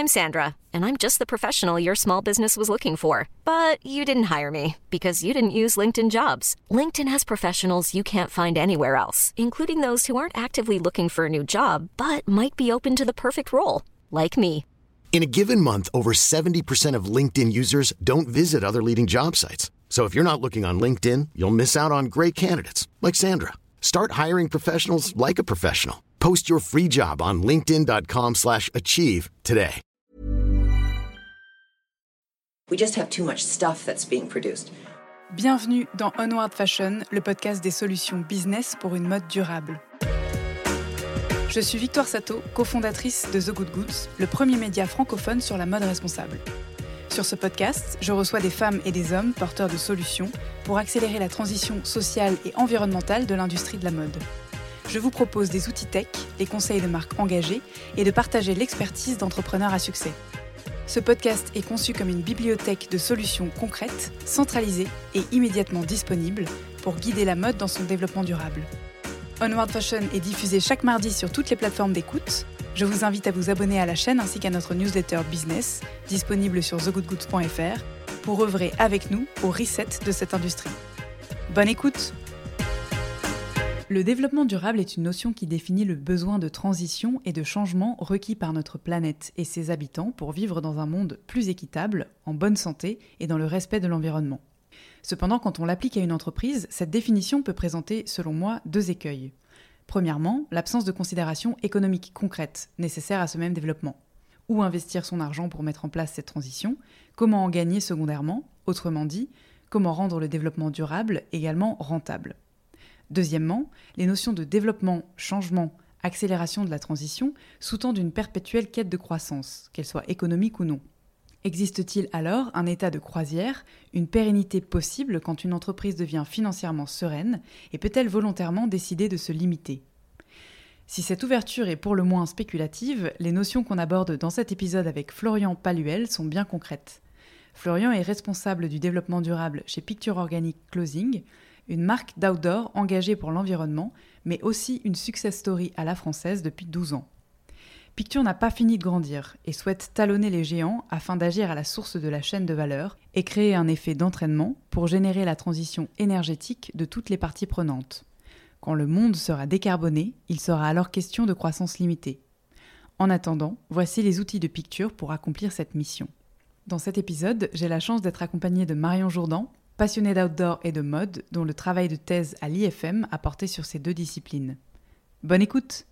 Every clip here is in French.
I'm Sandra, and I'm just the professional your small business was looking for. But you didn't hire me because you didn't use LinkedIn Jobs. LinkedIn has professionals you can't find anywhere else, including those who aren't actively looking for a new job, but might be open to the perfect role, like me. In a given month, over 70% of LinkedIn users don't visit other leading job sites. So if you're not looking on LinkedIn, you'll miss out on great candidates like Sandra. Start hiring professionals like a professional. Post your free job on linkedin.com/achieve today. We just have too much stuff that's being produced. Bienvenue dans Onward Fashion, le podcast des solutions business pour une mode durable. Je suis Victoire Sato, cofondatrice de The Good Goods, le premier média francophone sur la mode responsable. Sur ce podcast, je reçois des femmes et des hommes porteurs de solutions pour accélérer la transition sociale et environnementale de l'industrie de la mode. Je vous propose des outils tech, les conseils de marques engagées et de partager l'expertise d'entrepreneurs à succès. Ce podcast est conçu comme une bibliothèque de solutions concrètes, centralisées et immédiatement disponibles pour guider la mode dans son développement durable. Onward Fashion est diffusé chaque mardi sur toutes les plateformes d'écoute. Je vous invite à vous abonner à la chaîne ainsi qu'à notre newsletter business, disponible sur thegoodgoods.fr, pour œuvrer avec nous au reset de cette industrie. Bonne écoute! Le développement durable est une notion qui définit le besoin de transition et de changement requis par notre planète et ses habitants pour vivre dans un monde plus équitable, en bonne santé et dans le respect de l'environnement. Cependant, quand on l'applique à une entreprise, cette définition peut présenter, selon moi, deux écueils. Premièrement, l'absence de considération économique concrète nécessaire à ce même développement. Où investir son argent pour mettre en place cette transition ? Comment en gagner secondairement ? Autrement dit, comment rendre le développement durable également rentable ? Deuxièmement, les notions de développement, changement, accélération de la transition sous-tendent une perpétuelle quête de croissance, qu'elle soit économique ou non. Existe-t-il alors un état de croisière, une pérennité possible quand une entreprise devient financièrement sereine et peut-elle volontairement décider de se limiter ? Si cette ouverture est pour le moins spéculative, les notions qu'on aborde dans cet épisode avec Florian Paluel sont bien concrètes. Florian est responsable du développement durable chez Picture Organic Clothing, une marque d'outdoor engagée pour l'environnement, mais aussi une success story à la française depuis 12 ans. Picture n'a pas fini de grandir et souhaite talonner les géants afin d'agir à la source de la chaîne de valeur et créer un effet d'entraînement pour générer la transition énergétique de toutes les parties prenantes. Quand le monde sera décarboné, il sera alors question de croissance limitée. En attendant, voici les outils de Picture pour accomplir cette mission. Dans cet épisode, j'ai la chance d'être accompagnée de Marion Jourdan, passionnée d'outdoor et de mode, dont le travail de thèse à l'IFM a porté sur ces deux disciplines. Bonne écoute!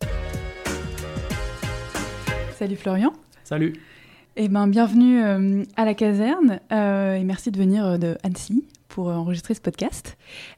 Salut Florian. Salut. Bienvenue à la caserne et merci de venir de Annecy pour enregistrer ce podcast.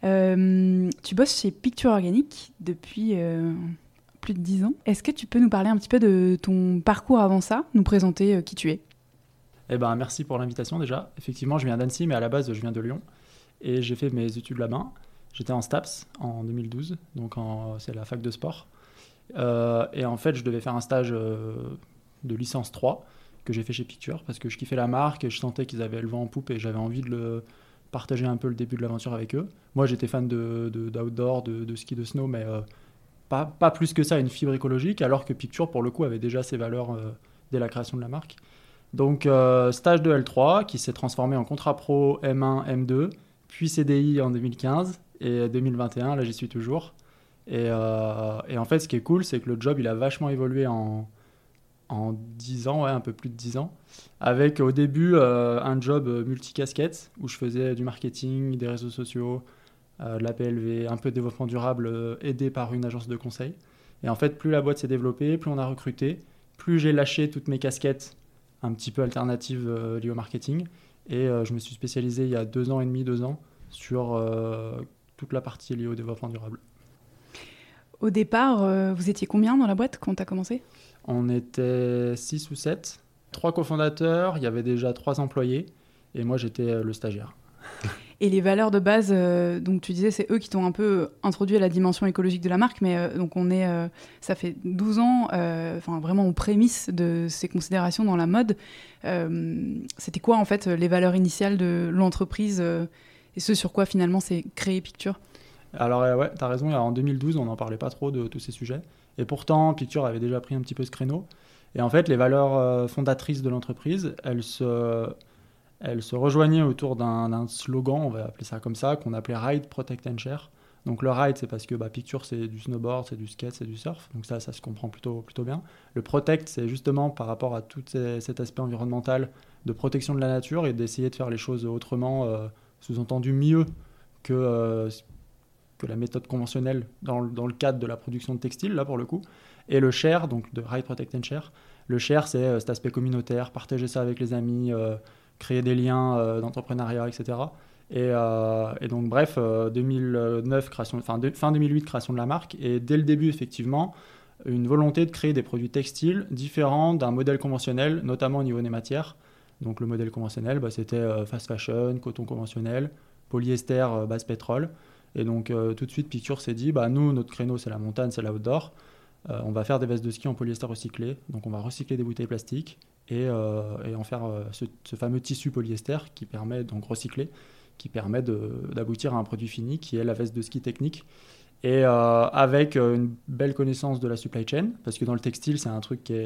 Tu bosses chez Picture Organic depuis plus de 10 ans. Est-ce que tu peux nous parler un petit peu de ton parcours avant ça, nous présenter qui tu es ? Merci pour l'invitation déjà. Effectivement, je viens d'Annecy, mais à la base, je viens de Lyon. Et j'ai fait mes études là-bas. J'étais en STAPS en 2012, donc c'est la fac de sport. Et en fait, je devais faire un stage de licence 3 que j'ai fait chez Picture parce que je kiffais la marque et je sentais qu'ils avaient le vent en poupe et j'avais envie de partager un peu le début de l'aventure avec eux. Moi, j'étais fan d'outdoor, de ski, de snow, mais pas plus que ça, une fibre écologique, alors que Picture, pour le coup, avait déjà ses valeurs dès la création de la marque. Donc, stage de L3 qui s'est transformé en contrat pro M1, M2, puis CDI en 2015 et 2021, là, j'y suis toujours. Et en fait, ce qui est cool, c'est que le job, il a vachement évolué en 10 ans, un peu plus de 10 ans, avec au début un job multicasquette où je faisais du marketing, des réseaux sociaux, de la PLV, un peu de développement durable aidé par une agence de conseil. Et en fait, plus la boîte s'est développée, plus on a recruté, plus j'ai lâché toutes mes casquettes un petit peu alternatives liées au marketing. Et je me suis spécialisé il y a 2 ans et demi, 2 ans, sur toute la partie liée au développement durable. Au départ, vous étiez combien dans la boîte quand tu as commencé ? On était 6 ou 7, 3 cofondateurs, il y avait déjà 3 employés et moi j'étais le stagiaire. Et les valeurs de base, donc tu disais, c'est eux qui t'ont un peu introduit à la dimension écologique de la marque, mais donc ça fait 12 ans, vraiment aux prémices de ces considérations dans la mode. C'était quoi en fait les valeurs initiales de l'entreprise et ce sur quoi finalement s'est créé Picture ? Alors ouais, t'as raison, en 2012 on n'en parlait pas trop de tous ces sujets. Et pourtant Picture avait déjà pris un petit peu ce créneau. Et en fait, les valeurs fondatrices de l'entreprise, elles se rejoignaient autour d'un slogan, on va appeler ça comme ça, qu'on appelait Ride, Protect and Share. Donc le ride, c'est parce que Picture, c'est du snowboard, c'est du skate, c'est du surf. Donc ça se comprend plutôt bien. Le protect, c'est justement par rapport à tout cet aspect environnemental de protection de la nature et d'essayer de faire les choses autrement, sous-entendu mieux que la méthode conventionnelle dans le cadre de la production de textile, là pour le coup. Et le share, donc de Ride, Protect and Share. Le share, c'est cet aspect communautaire, partager ça avec les amis, créer des liens d'entrepreneuriat, etc. Et donc, bref, 2009, fin 2008, création de la marque. Et dès le début, effectivement, une volonté de créer des produits textiles différents d'un modèle conventionnel, notamment au niveau des matières. Donc, le modèle conventionnel, c'était fast fashion, coton conventionnel, polyester, base pétrole. Et donc, tout de suite, Picture s'est dit, nous, notre créneau, c'est la montagne, c'est l'outdoor. On va faire des vestes de ski en polyester recyclé. Donc, on va recycler des bouteilles plastiques et en faire ce fameux tissu polyester qui permet, donc recyclé, qui permet d'aboutir à un produit fini qui est la veste de ski technique. Et avec une belle connaissance de la supply chain, parce que dans le textile, c'est un truc qui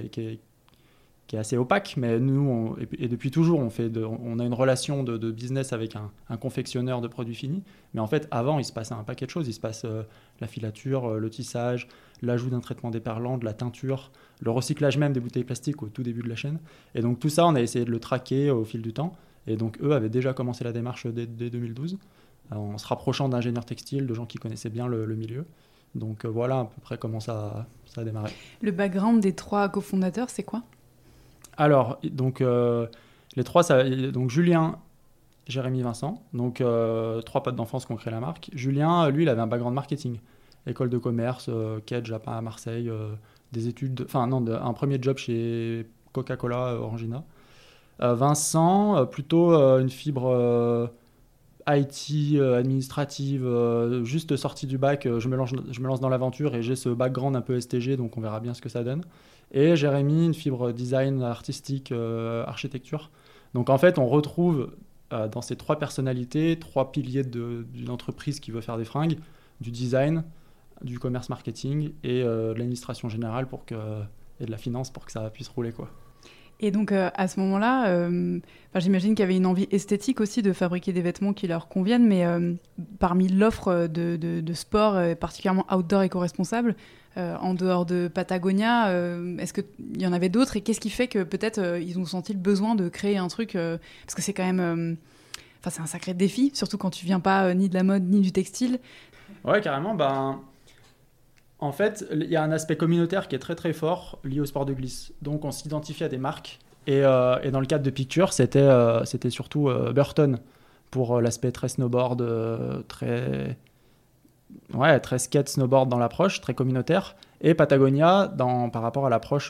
est assez opaque, mais nous, et depuis toujours, on a une relation de business avec un confectionneur de produits finis. Mais en fait, avant, il se passait un paquet de choses. Il se passe la filature, le tissage, l'ajout d'un traitement déperlant, de la teinture, le recyclage même des bouteilles plastiques au tout début de la chaîne. Et donc tout ça, on a essayé de le traquer au fil du temps. Et donc eux avaient déjà commencé la démarche dès 2012, en se rapprochant d'ingénieurs textiles, de gens qui connaissaient bien le milieu. Donc voilà à peu près comment ça a démarré. Le background des 3 cofondateurs, c'est quoi ? Alors, donc les 3, donc Julien, Jérémy, Vincent, donc 3 potes d'enfance qui ont créé la marque. Julien, lui, il avait un background marketing, école de commerce, Kedge à Marseille, des études, un premier job chez Coca-Cola Orangina. Vincent, plutôt une fibre IT, administrative, juste sorti du bac, je me lance dans l'aventure et j'ai ce background un peu STG, donc on verra bien ce que ça donne. Et Jérémy, une fibre design, artistique, architecture. Donc en fait, on retrouve dans ces 3 personnalités, 3 piliers d'une entreprise qui veut faire des fringues, du design, du commerce marketing et de l'administration générale et de la finance pour que ça puisse rouler, quoi. Et donc, à ce moment-là, j'imagine qu'il y avait une envie esthétique aussi de fabriquer des vêtements qui leur conviennent, mais parmi l'offre de sport, particulièrement outdoor éco-responsable, en dehors de Patagonia, est-ce qu'il y en avait d'autres ? Et qu'est-ce qui fait que peut-être ils ont senti le besoin de créer un truc parce que c'est quand même... c'est un sacré défi, surtout quand tu viens pas ni de la mode ni du textile. Ouais, carrément. En fait, il y a un aspect communautaire qui est très très fort lié au sport de glisse. Donc on s'identifie à des marques. Et dans le cadre de Picture, c'était surtout Burton pour l'aspect très snowboard, très skate snowboard dans l'approche, très communautaire. Et Patagonia par rapport à l'approche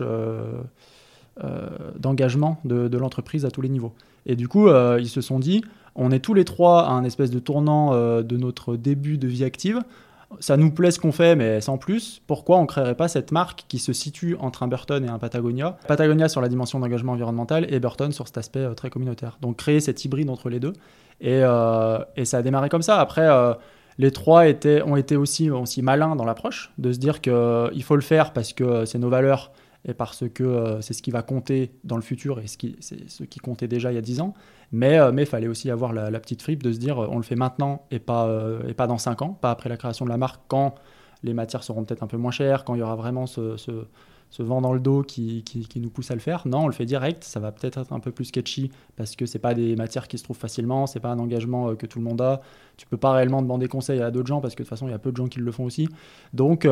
d'engagement de l'entreprise à tous les niveaux. Et du coup, ils se sont dit, on est tous les 3 à un espèce de tournant de notre début de vie active. Ça nous plaît ce qu'on fait, mais sans plus. Pourquoi on ne créerait pas cette marque qui se situe entre un Burton et un Patagonia ? Patagonia sur la dimension d'engagement environnemental et Burton sur cet aspect très communautaire. Donc créer cet hybride entre les deux. Et ça a démarré comme ça. Après, les 3 ont été aussi malins dans l'approche, de se dire qu'il faut le faire parce que c'est nos valeurs et parce que c'est ce qui va compter dans le futur et c'est ce qui comptait déjà il y a 10 ans. Mais il fallait aussi avoir la petite fripe de se dire on le fait maintenant et pas dans 5 ans, pas après la création de la marque, quand les matières seront peut-être un peu moins chères, quand il y aura vraiment ce vent dans le dos qui nous pousse à le faire. Non, on le fait direct, ça va peut-être être un peu plus sketchy parce que c'est pas des matières qui se trouvent facilement, c'est pas un engagement que tout le monde a. Tu peux pas réellement demander conseil à d'autres gens parce que de toute façon il y a peu de gens qui le font aussi. Donc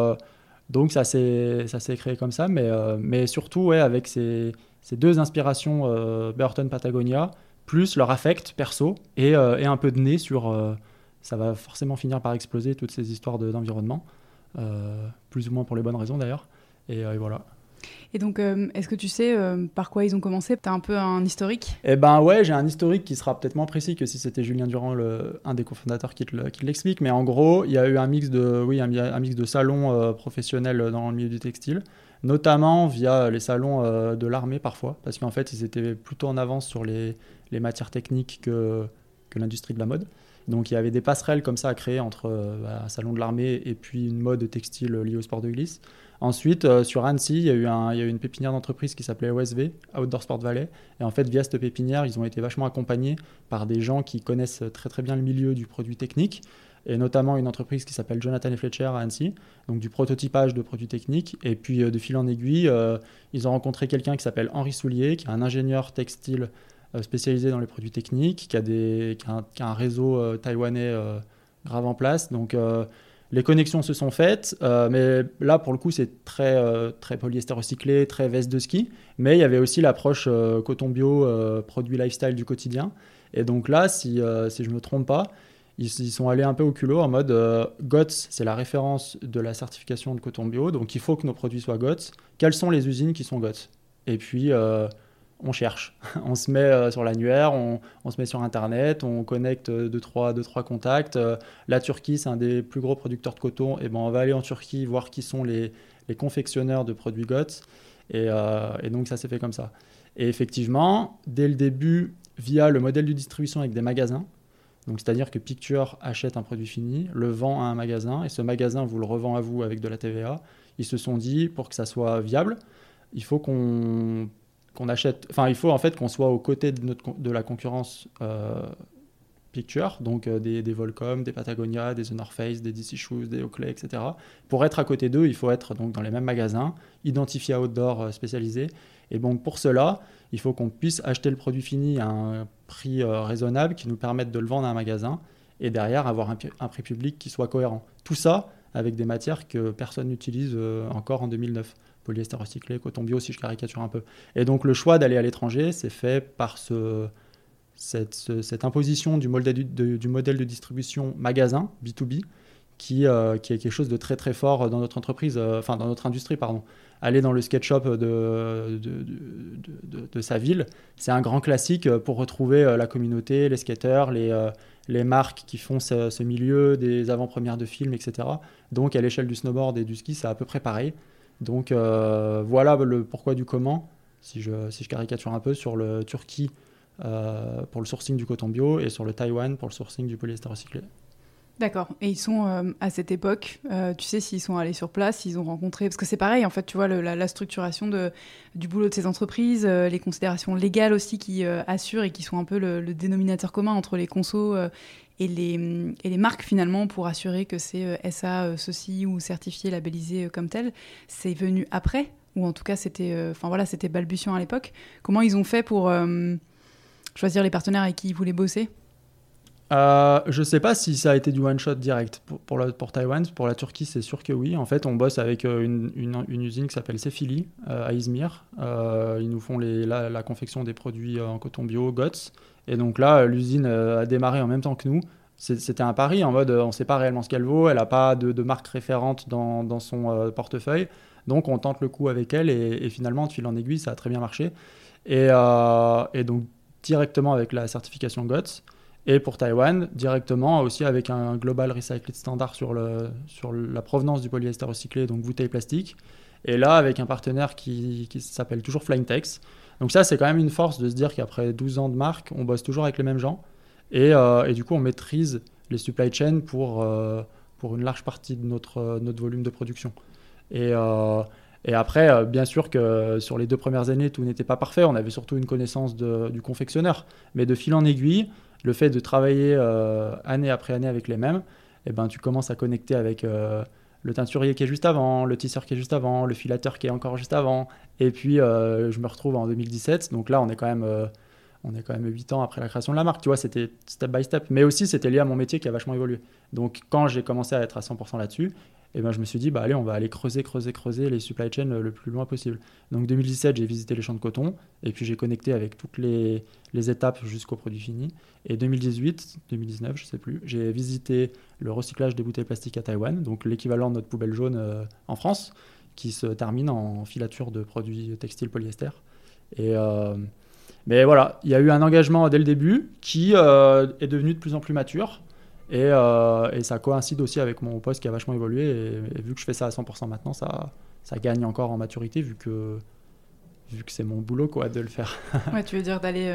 ça s'est créé comme ça, mais surtout avec ces 2 inspirations Burton-Patagonia, plus leur affect perso et un peu de nez sur... ça va forcément finir par exploser toutes ces histoires d'environnement, plus ou moins pour les bonnes raisons d'ailleurs, et voilà. Et donc, est-ce que tu sais par quoi ils ont commencé ? Tu as un peu un historique ? Eh ben ouais, j'ai un historique qui sera peut-être moins précis que si c'était Julien Durand, un des cofondateurs qui l'explique, mais en gros, il y a eu un mix de salons professionnels dans le milieu du textile, notamment via les salons de l'armée parfois, parce qu'en fait, ils étaient plutôt en avance sur les matières techniques que l'industrie de la mode. Donc il y avait des passerelles comme ça à créer entre un salon de l'armée et puis une mode textile liée au sport de glisse. Ensuite, sur Annecy, il y a eu une pépinière d'entreprise qui s'appelait OSV, Outdoor Sport Valley. Et en fait, via cette pépinière, ils ont été vachement accompagnés par des gens qui connaissent très très bien le milieu du produit technique, et notamment une entreprise qui s'appelle Jonathan & Fletcher à Annecy, donc du prototypage de produits techniques. Et puis, de fil en aiguille, ils ont rencontré quelqu'un qui s'appelle Henri Soulier, qui est un ingénieur textile spécialisé dans les produits techniques, qui a un réseau taïwanais grave en place. Donc, les connexions se sont faites, mais là, pour le coup, c'est très polyester recyclé, très veste de ski. Mais il y avait aussi l'approche coton bio, produit lifestyle du quotidien. Et donc là, si je ne me trompe pas, ils sont allés un peu au culot en mode GOTS, c'est la référence de la certification de coton bio. Donc il faut que nos produits soient GOTS. Quelles sont les usines qui sont GOTS ? Et puis, on cherche. On se met sur l'annuaire, on se met sur Internet, on connecte deux, trois contacts. La Turquie, c'est un des plus gros producteurs de coton. Et ben, on va aller en Turquie voir qui sont les confectionneurs de produits GOTS. Et donc, ça s'est fait comme ça. Et effectivement, dès le début, via le modèle de distribution avec des magasins, donc c'est-à-dire que Picture achète un produit fini, le vend à un magasin, et ce magasin vous le revend à vous avec de la TVA. Ils se sont dit, pour que ça soit viable, il faut qu'on achète, enfin il faut en fait qu'on soit aux côtés de la concurrence Picture, donc des Volcom, des Patagonia, des The North Face, des DC Shoes, des Oakley, etc. Pour être à côté d'eux, il faut être donc dans les mêmes magasins, identifiés à outdoor spécialisés. Et donc pour cela, il faut qu'on puisse acheter le produit fini à un prix raisonnable qui nous permette de le vendre à un magasin et derrière avoir un prix public qui soit cohérent. Tout ça avec des matières que personne n'utilise encore en 2009. Polyester recyclé, coton bio, si je caricature un peu. Et donc le choix d'aller à l'étranger, c'est fait par cette imposition du modèle de distribution magasin, B2B, qui est quelque chose de très très fort dans notre entreprise, dans notre industrie, pardon. Aller dans le skate shop de sa ville, c'est un grand classique pour retrouver la communauté, les skateurs, les marques qui font ce milieu, des avant-premières de films, etc. Donc à l'échelle du snowboard et du ski, c'est à peu près pareil. Donc voilà le pourquoi du comment, si je caricature un peu, sur le Turquie pour le sourcing du coton bio et sur le Taïwan pour le sourcing du polyester recyclé. D'accord. Et ils sont à cette époque, tu sais s'ils sont allés sur place, s'ils ont rencontré... Parce que c'est pareil, en fait, tu vois, la structuration du boulot de ces entreprises, les considérations légales aussi qui assurent et qui sont un peu le dénominateur commun entre les consos et les marques, finalement, pour assurer que c'est SA ceci ou certifié, labellisé comme tel. C'est venu après, ou en tout cas, c'était balbutiant à l'époque. Comment ils ont fait pour choisir les partenaires avec qui ils voulaient bosser ? Je sais pas si ça a été du one-shot direct pour Taïwan. Pour la Turquie, c'est sûr que oui. En fait, on bosse avec une usine qui s'appelle Sefili à Izmir. Ils nous font la confection des produits en coton bio, GOTS. Et donc là, l'usine a démarré en même temps que nous. C'était un pari en mode on ne sait pas réellement ce qu'elle vaut. Elle n'a pas de marque référente dans son portefeuille. Donc on tente le coup avec elle et finalement, de fil en aiguille, ça a très bien marché. Et donc directement avec la certification GOTS. Et pour Taïwan, directement aussi avec un Global Recycled Standard sur la provenance du polyester recyclé, donc bouteille plastique. Et là, avec un partenaire qui s'appelle toujours Flyingtex. Donc ça, c'est quand même une force de se dire qu'après 12 ans de marque, on bosse toujours avec les mêmes gens. Et du coup, on maîtrise les supply chains pour une large partie de notre volume de production. Et après, bien sûr que sur les 2 premières années, tout n'était pas parfait. On avait surtout une connaissance du confectionneur. Mais de fil en aiguille, le fait de travailler année après année avec les mêmes, tu commences à connecter avec le teinturier qui est juste avant, le tisseur qui est juste avant, le filateur qui est encore juste avant. Et puis, je me retrouve en 2017. Donc là, on est quand même 8 ans après la création de la marque. Tu vois, c'était step by step. Mais aussi, c'était lié à mon métier qui a vachement évolué. Donc, quand j'ai commencé à être à 100% là-dessus, je me suis dit, allez, on va aller creuser les supply chains le plus loin possible. Donc 2017, j'ai visité les champs de coton et puis j'ai connecté avec toutes les étapes jusqu'au produit fini. Et 2019, je sais plus, j'ai visité le recyclage des bouteilles plastiques à Taïwan, donc l'équivalent de notre poubelle jaune en France, qui se termine en filature de produits textiles polyester. Mais voilà, il y a eu un engagement dès le début qui est devenu de plus en plus mature. Et ça coïncide aussi avec mon poste qui a vachement évolué. Et vu que je fais ça à 100% maintenant, ça gagne encore en maturité vu que c'est mon boulot de le faire. Ouais, tu veux dire d'aller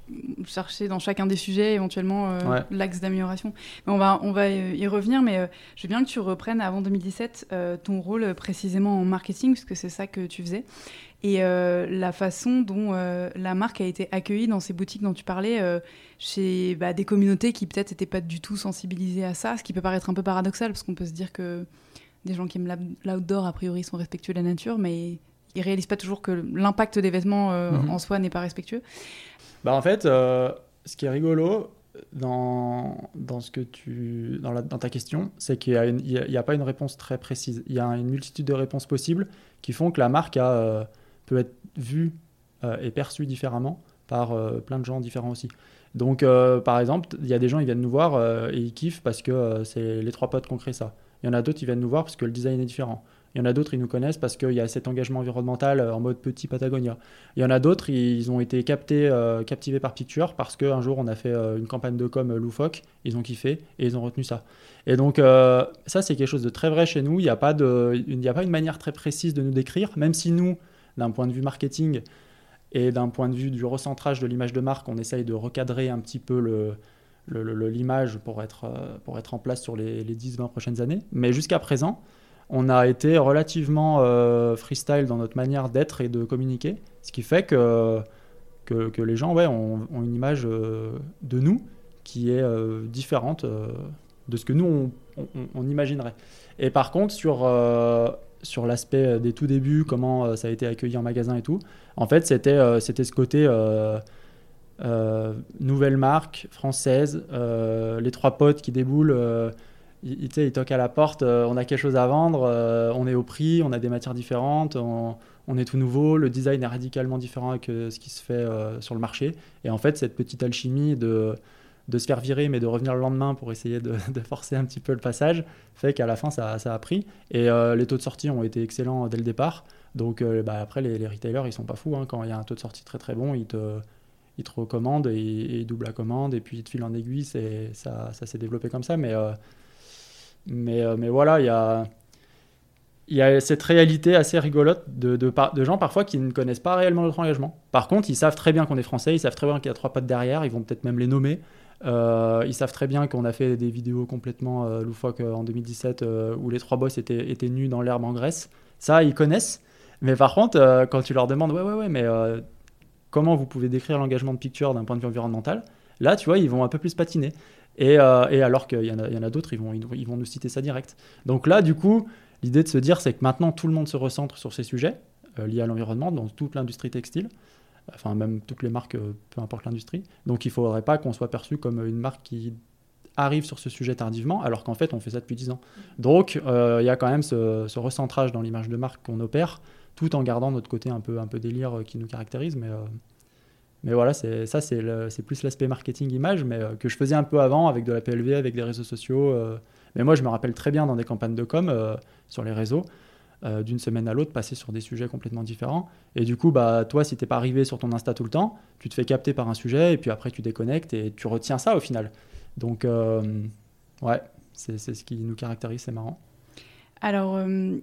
chercher dans chacun des sujets éventuellement l'axe d'amélioration. Mais on va y revenir, mais je veux bien que tu reprennes avant 2017 ton rôle précisément en marketing, puisque c'est ça que tu faisais. Et la façon dont la marque a été accueillie dans ces boutiques dont tu parlais, chez des communautés qui peut-être n'étaient pas du tout sensibilisées à ça, ce qui peut paraître un peu paradoxal, parce qu'on peut se dire que des gens qui aiment l'outdoor, a priori, sont respectueux de la nature, mais ils ne réalisent pas toujours que l'impact des vêtements en soi n'est pas respectueux. En fait, ce qui est rigolo dans ta question, c'est qu'il n'y a pas une réponse très précise. Il y a une multitude de réponses possibles qui font que la marque peut être vue et perçue différemment par plein de gens différents aussi. Donc, par exemple, il y a des gens qui viennent nous voir et ils kiffent parce que c'est les 3 potes qui ont créé ça. Il y en a d'autres qui viennent nous voir parce que le design est différent. Il y en a d'autres, ils nous connaissent parce qu'il y a cet engagement environnemental en mode petit Patagonia. Il y en a d'autres, ils ont été captivés par Picture parce qu'un jour, on a fait une campagne de com loufoque, ils ont kiffé et ils ont retenu ça. Et donc, ça, c'est quelque chose de très vrai chez nous. Il n'y a pas une manière très précise de nous décrire, même si nous, d'un point de vue marketing et d'un point de vue du recentrage de l'image de marque, on essaye de recadrer un petit peu l'image pour être en place sur les 10-20 prochaines années. Mais jusqu'à présent, on a été relativement freestyle dans notre manière d'être et de communiquer, ce qui fait que les gens ont une image de nous qui est différente de ce que nous, on imaginerait. Et par contre, sur l'aspect des tout débuts, comment ça a été accueilli en magasin et tout, en fait, c'était ce côté nouvelle marque française, les 3 potes qui déboulent, ils toquent à la porte, on a quelque chose à vendre, on est au prix, on a des matières différentes, on est tout nouveau, le design est radicalement différent que ce qui se fait sur le marché. Et en fait, cette petite alchimie de se faire virer, mais de revenir le lendemain pour essayer de forcer un petit peu le passage, fait qu'à la fin, ça a pris. Et les taux de sortie ont été excellents dès le départ. Donc après, les retailers, ils sont pas fous. Quand il y a un taux de sortie très très bon, ils te recommandent et ils doublent la commande. Et puis, ils te filent en aiguille. Ça s'est développé comme ça. Mais voilà, il y a cette réalité assez rigolote de gens parfois qui ne connaissent pas réellement notre engagement. Par contre, ils savent très bien qu'on est français, ils savent très bien qu'il y a 3 potes derrière, ils vont peut-être même les nommer. Ils savent très bien qu'on a fait des vidéos complètement loufoques en 2017 où les 3 boss étaient nus dans l'herbe en Grèce. Ça, ils connaissent. Mais par contre, quand tu leur demandes mais comment vous pouvez décrire l'engagement de Picture d'un point de vue environnemental, là, tu vois, ils vont un peu plus patiner. Et alors qu'il y en a d'autres, ils vont nous citer ça direct. Donc là, du coup, l'idée de se dire, c'est que maintenant, tout le monde se recentre sur ces sujets liés à l'environnement dans toute l'industrie textile, enfin même toutes les marques, peu importe l'industrie. Donc il ne faudrait pas qu'on soit perçu comme une marque qui arrive sur ce sujet tardivement, alors qu'en fait, on fait ça depuis 10 ans. Donc il y a quand même ce recentrage dans l'image de marque qu'on opère, tout en gardant notre côté un peu délire qui nous caractérise, mais voilà, c'est plus l'aspect marketing image, mais que je faisais un peu avant avec de la PLV, avec des réseaux sociaux. Mais moi, je me rappelle très bien dans des campagnes de com sur les réseaux, d'une semaine à l'autre, passer sur des sujets complètement différents. Et du coup, toi, si t'es pas arrivé sur ton Insta tout le temps, tu te fais capter par un sujet et puis après, tu déconnectes et tu retiens ça au final. Donc, ouais, c'est ce qui nous caractérise, c'est marrant. Alors,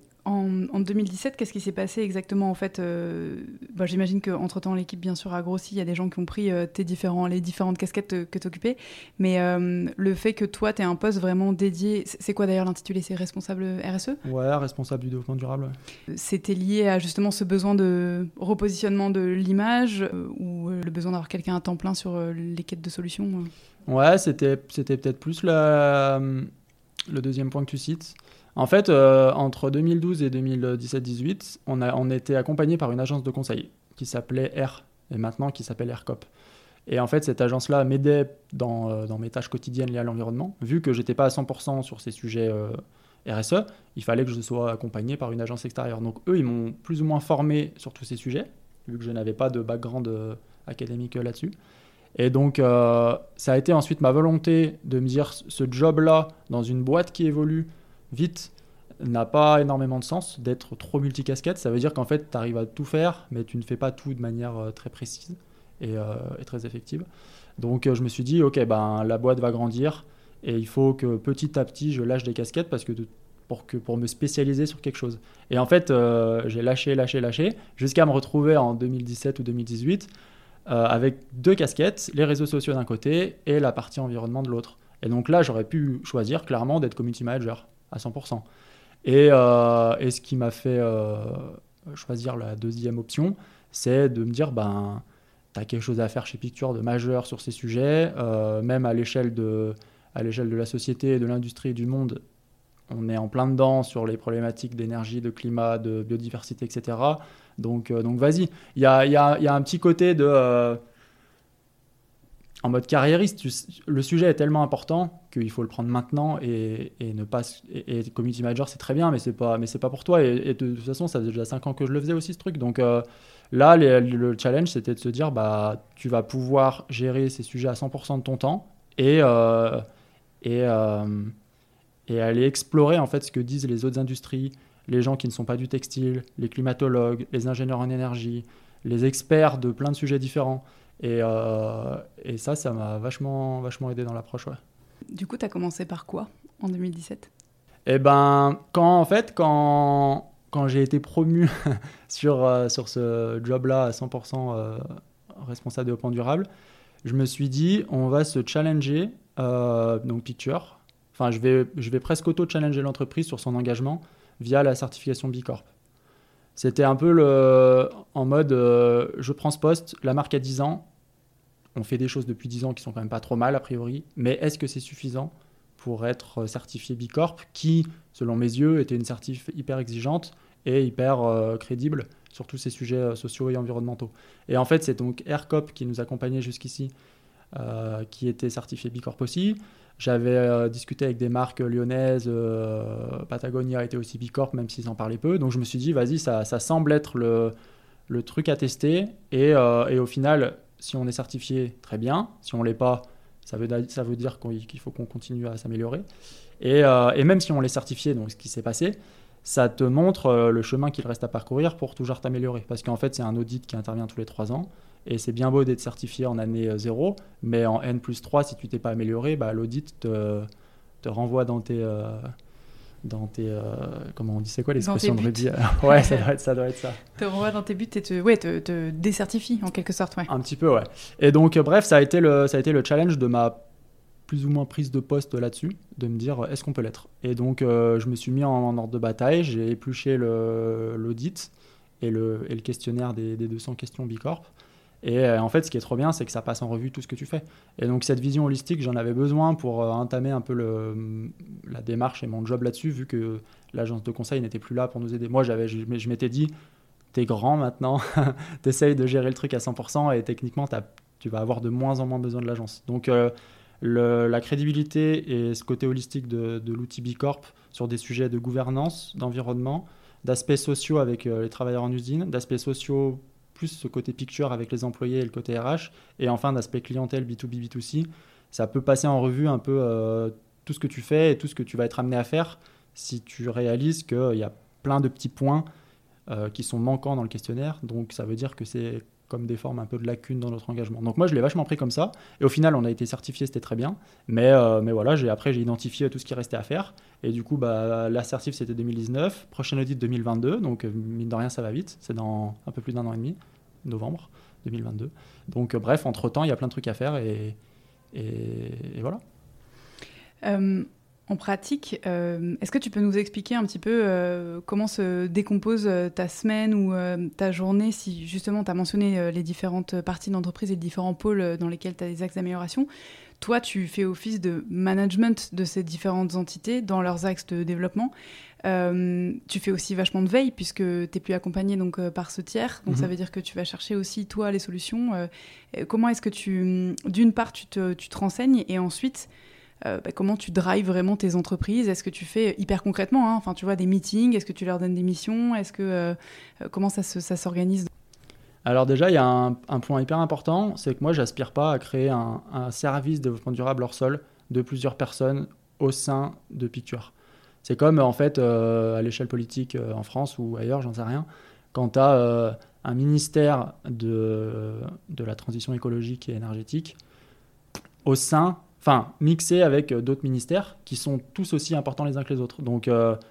en 2017, qu'est-ce qui s'est passé exactement en fait j'imagine qu'entre-temps, l'équipe, bien sûr, a grossi. Il y a des gens qui ont pris les différentes casquettes que tu occupais. Mais le fait que toi, tu aies un poste vraiment dédié... C'est quoi d'ailleurs l'intitulé ? C'est responsable RSE ? Ouais, responsable du développement durable. Ouais. C'était lié à justement ce besoin de repositionnement de l'image ou le besoin d'avoir quelqu'un à temps plein sur les quêtes de solutions Ouais, c'était peut-être plus le deuxième point que tu cites. En fait, entre 2012 et 2017-18, on était accompagné par une agence de conseil qui s'appelait R, et maintenant qui s'appelle RCOP. Et en fait, cette agence-là m'aidait dans mes tâches quotidiennes liées à l'environnement. Vu que je n'étais pas à 100% sur ces sujets RSE, il fallait que je sois accompagné par une agence extérieure. Donc eux, ils m'ont plus ou moins formé sur tous ces sujets, vu que je n'avais pas de background académique là-dessus. Et donc, ça a été ensuite ma volonté de me dire, ce job-là, dans une boîte qui évolue vite, n'a pas énormément de sens d'être trop multicasquette. Ça veut dire qu'en fait, tu arrives à tout faire, mais tu ne fais pas tout de manière très précise et très effective. Donc, je me suis dit, ok, la boîte va grandir et il faut que petit à petit, je lâche des casquettes pour me spécialiser sur quelque chose. Et en fait, j'ai lâché, jusqu'à me retrouver en 2017 ou 2018 avec 2 casquettes, les réseaux sociaux d'un côté et la partie environnement de l'autre. Et donc là, j'aurais pu choisir clairement d'être community manager à 100%. Et ce qui m'a fait choisir la deuxième option, c'est de me dire, tu as quelque chose à faire chez Picture de majeur sur ces sujets, même à l'échelle de la société, de l'industrie, du monde. On est en plein dedans sur les problématiques d'énergie, de climat, de biodiversité, etc. Donc vas-y. Il y a un petit côté de... en mode carriériste, le sujet est tellement important qu'il faut le prendre maintenant et ne pas... Et community manager, c'est très bien, mais c'est pas pour toi. Et de toute façon, ça fait déjà 5 ans que je le faisais aussi, ce truc. Donc là, le challenge, c'était de se dire, tu vas pouvoir gérer ces sujets à 100% de ton temps et aller explorer en fait ce que disent les autres industries, les gens qui ne sont pas du textile, les climatologues, les ingénieurs en énergie, les experts de plein de sujets différents. Et ça m'a vachement aidé dans l'approche. Ouais. Du coup, tu as commencé par quoi en 2017 ? Quand j'ai été promu sur ce job-là à 100% responsable développement durable, je me suis dit, on va se challenger, donc Picture. Enfin, je vais presque auto-challenger l'entreprise sur son engagement via la certification B Corp. C'était un peu en mode, je prends ce poste, la marque a 10 ans, on fait des choses depuis 10 ans qui sont quand même pas trop mal a priori, mais est-ce que c'est suffisant pour être certifié B Corp, qui, selon mes yeux, était une certif hyper exigeante et hyper crédible sur tous ces sujets sociaux et environnementaux. Et en fait, c'est donc AirCop qui nous accompagnait jusqu'ici, qui était certifié B Corp aussi. J'avais discuté avec des marques lyonnaises, Patagonia était aussi B Corp, même s'ils en parlaient peu. Donc je me suis dit, vas-y, ça semble être le truc à tester. Et au final, si on est certifié, très bien. Si on ne l'est pas, ça veut dire qu'il faut qu'on continue à s'améliorer. Et même si on l'est certifié, donc ce qui s'est passé, ça te montre le chemin qu'il reste à parcourir pour toujours t'améliorer. Parce qu'en fait, c'est un audit qui intervient tous les 3 ans. Et c'est bien beau d'être certifié en année 0, mais en N+3, si tu t'es pas amélioré, l'audit te renvoie dans tes comment on dit, c'est quoi l'expression de Rudy? Ouais, ça doit être ça. Te renvoie dans tes buts et te décertifie en quelque sorte, ouais. Un petit peu, ouais. Et donc, bref, ça a été le challenge de ma plus ou moins prise de poste là-dessus, de me dire, est-ce qu'on peut l'être? Et donc, je me suis mis en ordre de bataille, j'ai épluché l'audit et le questionnaire des 200 questions B Corp. Et en fait, ce qui est trop bien, c'est que ça passe en revue tout ce que tu fais. Et donc, cette vision holistique, j'en avais besoin pour entamer un peu la démarche et mon job là-dessus, vu que l'agence de conseil n'était plus là pour nous aider. Moi, je m'étais dit, t'es grand maintenant, t'essayes de gérer le truc à 100% et techniquement, tu vas avoir de moins en moins besoin de l'agence. Donc, la crédibilité et ce côté holistique de l'outil B Corp sur des sujets de gouvernance, d'environnement, d'aspects sociaux avec les travailleurs en usine, d'aspects sociaux plus ce côté Picture avec les employés et le côté RH, et enfin d'aspect clientèle B2B, B2C, ça peut passer en revue un peu tout ce que tu fais et tout ce que tu vas être amené à faire si tu réalises qu'il y a plein de petits points qui sont manquants dans le questionnaire, donc ça veut dire que c'est comme des formes un peu de lacunes dans notre engagement. Donc moi, je l'ai vachement pris comme ça, et au final, on a été certifié, c'était très bien, mais voilà, après, j'ai identifié tout ce qui restait à faire, et du coup, l'assertif, c'était 2019, prochain audit 2022, donc mine de rien, ça va vite, c'est dans un peu plus d'1 an et demi, novembre 2022. Donc bref, entre-temps, il y a plein de trucs à faire, et voilà. En pratique, est-ce que tu peux nous expliquer un petit peu comment se décompose ta semaine ou ta journée, si justement tu as mentionné les différentes parties d'entreprise et les différents pôles dans lesquels tu as des axes d'amélioration. Toi, tu fais office de management de ces différentes entités dans leurs axes de développement. Tu fais aussi vachement de veille puisque tu n'es plus accompagné donc, par ce tiers. Donc ça veut dire que tu vas chercher aussi, toi, les solutions. Comment est-ce que d'une part, tu te renseignes et ensuite... comment tu drives vraiment tes entreprises? Est-ce que tu fais hyper concrètement, enfin, tu vois, des meetings? Est-ce que tu leur donnes des missions? Comment ça s'organise? Alors déjà, il y a un point hyper important, c'est que moi, j'aspire pas à créer un service de développement durable hors sol de plusieurs personnes au sein de Picture. C'est comme, en fait, à l'échelle politique en France ou ailleurs, j'en sais rien, quand tu as un ministère de la transition écologique et énergétique au sein... Enfin, mixé avec d'autres ministères qui sont tous aussi importants les uns que les autres. Donc,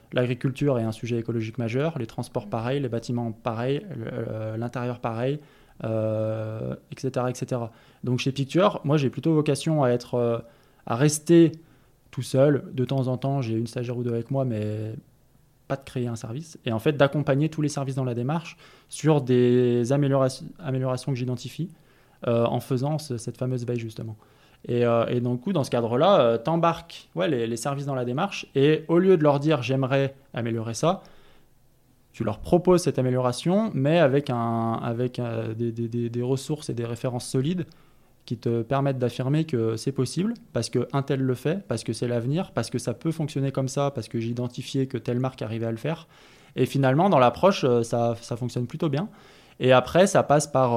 l'agriculture est un sujet écologique majeur, les transports pareil, les bâtiments pareil, l'intérieur pareil, etc., etc. Donc chez Picture, moi j'ai plutôt vocation à rester tout seul. De temps en temps, j'ai une stagiaire ou deux avec moi, mais pas de créer un service. Et en fait, d'accompagner tous les services dans la démarche sur des améliorations que j'identifie en faisant cette fameuse veille, justement. Et donc, dans ce cadre-là, t'embarques les services dans la démarche et au lieu de leur dire « j'aimerais améliorer ça », tu leur proposes cette amélioration, mais avec des ressources et des références solides qui te permettent d'affirmer que c'est possible, parce qu'un tel le fait, parce que c'est l'avenir, parce que ça peut fonctionner comme ça, parce que j'ai identifié que telle marque arrivait à le faire. Et finalement, dans l'approche, ça fonctionne plutôt bien. Et après, ça passe par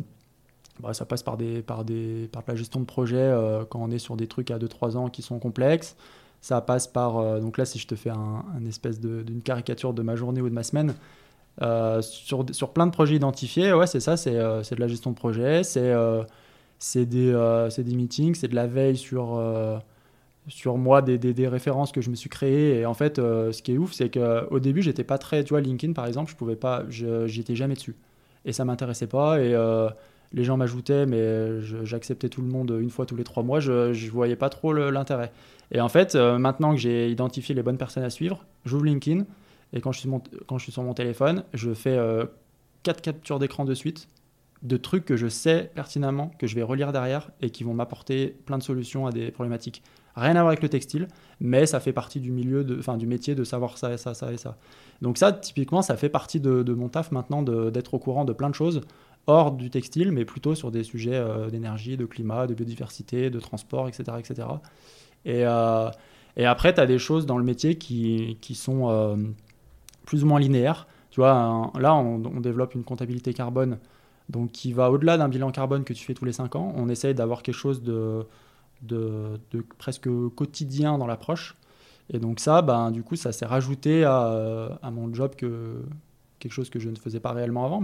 la gestion de projet quand on est sur des trucs à 2-3 ans qui sont complexes. Ça passe par... donc là, si je te fais un espèce d'une caricature de ma journée ou de ma semaine, sur plein de projets identifiés, c'est ça, c'est de la gestion de projet, c'est des meetings, c'est de la veille sur moi, des références que je me suis créées. Et en fait, ce qui est ouf, c'est qu'au début, j'étais pas très... Tu vois, LinkedIn, par exemple, j'y étais jamais dessus. Et ça m'intéressait pas. Et les gens m'ajoutaient, mais j'acceptais tout le monde une fois tous les 3 mois. Je voyais pas trop l'intérêt. Et en fait, maintenant que j'ai identifié les bonnes personnes à suivre, j'ouvre LinkedIn. Et quand je suis sur mon téléphone, je fais 4 captures d'écran de suite de trucs que je sais pertinemment, que je vais relire derrière et qui vont m'apporter plein de solutions à des problématiques. Rien à voir avec le textile, mais ça fait partie du métier de savoir ça et ça, ça et ça. Donc ça, typiquement, ça fait partie de mon taf maintenant d'être au courant de plein de choses hors du textile, mais plutôt sur des sujets d'énergie, de climat, de biodiversité, de transport, etc. etc. Et après, tu as des choses dans le métier qui sont plus ou moins linéaires. Tu vois, là, on développe une comptabilité carbone donc qui va au-delà d'un bilan carbone que tu fais tous les 5 ans. On essaye d'avoir quelque chose de presque quotidien dans l'approche. Et donc ça, du coup, ça s'est rajouté à mon job, quelque chose que je ne faisais pas réellement avant.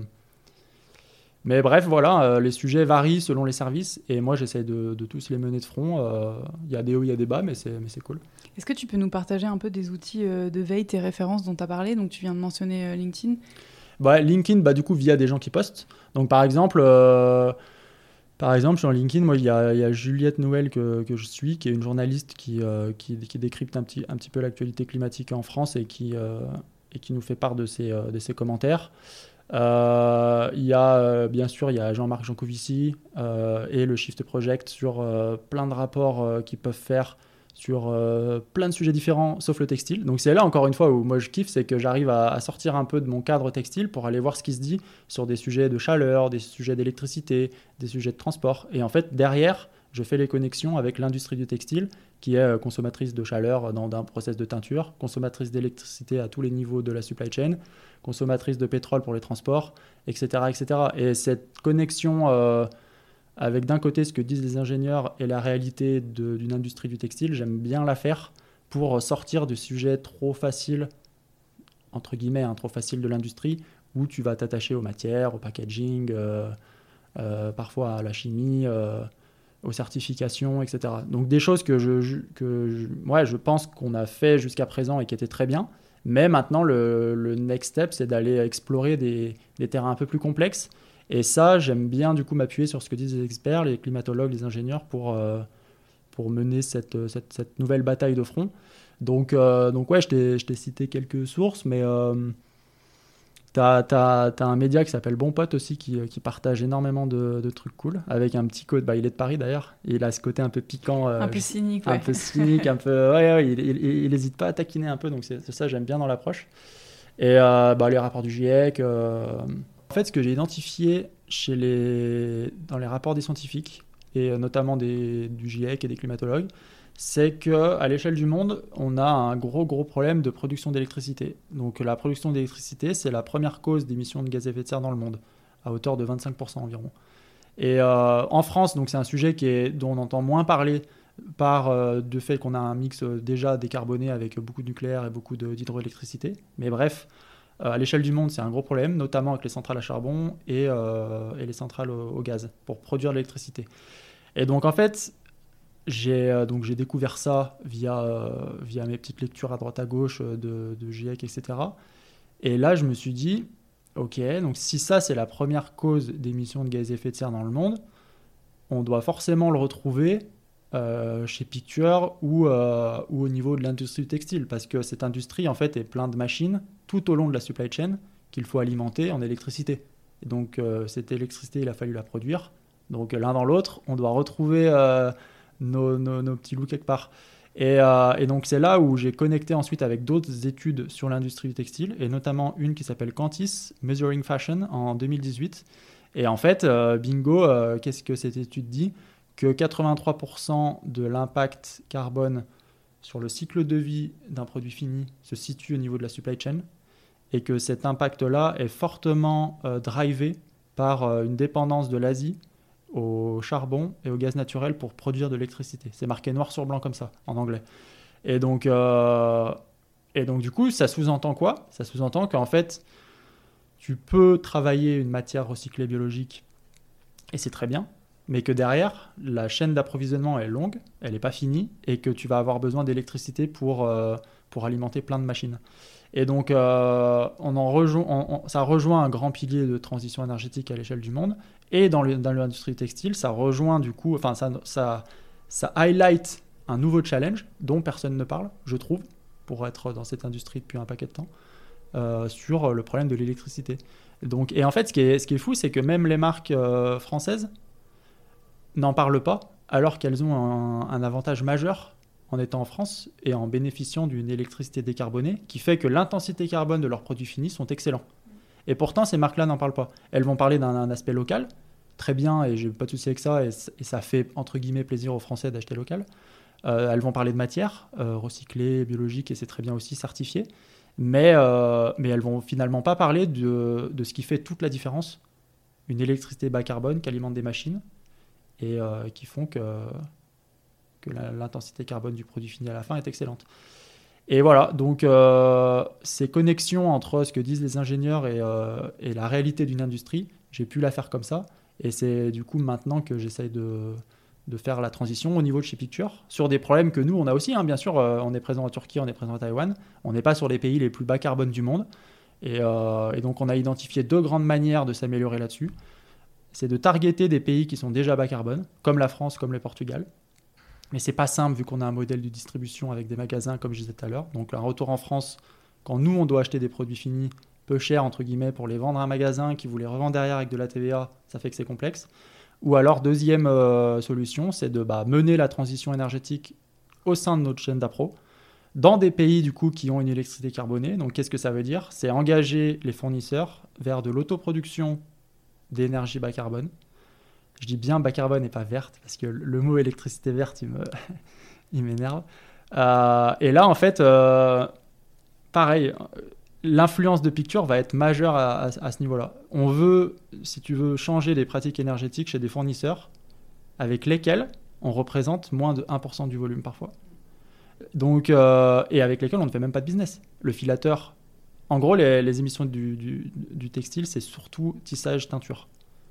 Mais bref, voilà, les sujets varient selon les services. Et moi, j'essaye de tous les mener de front. Il y a des hauts, il y a des bas, mais c'est cool. Est-ce que tu peux nous partager un peu des outils de veille, tes références dont tu as parlé? Donc tu viens de mentionner LinkedIn. LinkedIn, du coup, via des gens qui postent. Donc, par exemple, sur LinkedIn, moi, il y a Juliette Noël que je suis, qui est une journaliste qui décrypte un petit peu l'actualité climatique en France et qui nous fait part de ses commentaires. Bien sûr, il y a Jean-Marc Jancovici et le Shift Project sur plein de rapports qu'ils peuvent faire sur plein de sujets différents, sauf le textile. Donc c'est là, encore une fois, où moi je kiffe, c'est que j'arrive à sortir un peu de mon cadre textile pour aller voir ce qui se dit sur des sujets de chaleur, des sujets d'électricité, des sujets de transport. Et en fait, derrière, je fais les connexions avec l'industrie du textile, qui est consommatrice de chaleur d'un process de teinture, consommatrice d'électricité à tous les niveaux de la supply chain, consommatrice de pétrole pour les transports, etc. etc. Et cette connexion... avec d'un côté ce que disent les ingénieurs et la réalité d'une industrie du textile, j'aime bien la faire pour sortir du sujet trop facile, entre guillemets, trop facile de l'industrie, où tu vas t'attacher aux matières, au packaging, parfois à la chimie, aux certifications, etc. Donc des choses que je pense qu'on a fait jusqu'à présent et qui étaient très bien, mais maintenant le next step, c'est d'aller explorer des terrains un peu plus complexes. Et ça, j'aime bien du coup m'appuyer sur ce que disent les experts, les climatologues, les ingénieurs pour mener cette nouvelle bataille de front. Donc je t'ai cité quelques sources, mais t'as un média qui s'appelle Bon Pote aussi qui partage énormément de trucs cool, avec un petit code, il est de Paris d'ailleurs, et il a ce côté un peu piquant. Un peu cynique, un peu cynique, un peu... il n'hésite pas à taquiner un peu, donc c'est ça, j'aime bien dans l'approche. Et les rapports du GIEC... En fait, ce que j'ai identifié dans les rapports des scientifiques, et notamment du GIEC et des climatologues, c'est qu'à l'échelle du monde, on a un gros problème de production d'électricité. Donc la production d'électricité, c'est la première cause d'émissions de gaz à effet de serre dans le monde, à hauteur de 25% environ. Et en France, donc c'est un sujet dont on entend moins parler par du fait qu'on a un mix déjà décarboné avec beaucoup de nucléaire et beaucoup d'hydroélectricité. Mais bref... à l'échelle du monde, c'est un gros problème, notamment avec les centrales à charbon et les centrales au gaz pour produire l'électricité. Et donc, en fait, j'ai découvert ça via mes petites lectures à droite à gauche de GIEC, etc. Et là, je me suis dit, Ok, donc si ça c'est la première cause d'émissions de gaz à effet de serre dans le monde, on doit forcément le retrouver chez Picture ou au niveau de l'industrie du textile, parce que cette industrie en fait est pleine de machines tout au long de la supply chain qu'il faut alimenter en électricité. Et donc cette électricité, il a fallu la produire. Donc l'un dans l'autre, on doit retrouver nos petits loups quelque part. Et donc c'est là où j'ai connecté ensuite avec d'autres études sur l'industrie du textile, et notamment une qui s'appelle Cantis, Measuring Fashion, en 2018. Et en fait, bingo, qu'est-ce que cette étude dit ? Que 83% de l'impact carbone sur le cycle de vie d'un produit fini se situe au niveau de la supply chain, et que cet impact-là est fortement drivé par une dépendance de l'Asie au charbon et au gaz naturel pour produire de l'électricité. C'est marqué noir sur blanc comme ça, en anglais. Et donc du coup, ça sous-entend quoi ? Ça sous-entend qu'en fait, tu peux travailler une matière recyclée biologique, et c'est très bien, mais que derrière, la chaîne d'approvisionnement est longue, elle n'est pas finie, et que tu vas avoir besoin d'électricité pour alimenter plein de machines. Et donc, ça rejoint un grand pilier de transition énergétique à l'échelle du monde. Et dans l'industrie textile, ça rejoint du coup, enfin, ça highlight un nouveau challenge dont personne ne parle, je trouve, pour être dans cette industrie depuis un paquet de temps, sur le problème de l'électricité. Donc, et en fait, ce qui est fou, c'est que même les marques françaises n'en parlent pas, alors qu'elles ont un avantage majeur en étant en France et en bénéficiant d'une électricité décarbonée qui fait que l'intensité carbone de leurs produits finis sont excellents. Et pourtant, ces marques-là n'en parlent pas. Elles vont parler d'un aspect local, très bien, et j'ai pas de souci avec ça, et ça fait, entre guillemets, plaisir aux Français d'acheter local. Elles vont parler de matières recyclées, biologiques, et c'est très bien aussi, certifiées. Mais elles vont finalement pas parler de ce qui fait toute la différence. Une électricité bas carbone qui alimente des machines et qui font que l'intensité carbone du produit fini à la fin est excellente. Et voilà, donc ces connexions entre ce que disent les ingénieurs et la réalité d'une industrie, j'ai pu la faire comme ça. Et c'est du coup maintenant que j'essaye de faire la transition au niveau de chez Picture, sur des problèmes que nous, on a aussi, hein, bien sûr. On est présent en Turquie, on est présent à Taïwan. On n'est pas sur les pays les plus bas carbone du monde. Et donc on a identifié 2 grandes manières de s'améliorer là-dessus. C'est de targeter des pays qui sont déjà bas carbone, comme la France, comme le Portugal. Mais c'est pas simple vu qu'on a un modèle de distribution avec des magasins, comme je disais tout à l'heure. Donc un retour en France, quand nous, on doit acheter des produits finis peu chers, entre guillemets, pour les vendre à un magasin qui vous les revend derrière avec de la TVA, ça fait que c'est complexe. Ou alors, deuxième solution, c'est de mener la transition énergétique au sein de notre chaîne d'appro, dans des pays du coup qui ont une électricité carbonée. Donc qu'est-ce que ça veut dire ? C'est engager les fournisseurs vers de l'autoproduction d'énergie bas carbone. Je dis bien bas carbone et pas verte, parce que le mot électricité verte, il m'énerve. Et là, en fait, pareil, l'influence de Picture va être majeure à ce niveau-là. On veut, si tu veux, changer les pratiques énergétiques chez des fournisseurs avec lesquels on représente moins de 1% du volume parfois. Donc, et avec lesquels on ne fait même pas de business. Le filateur, en gros, les émissions du textile, c'est surtout tissage, teinture,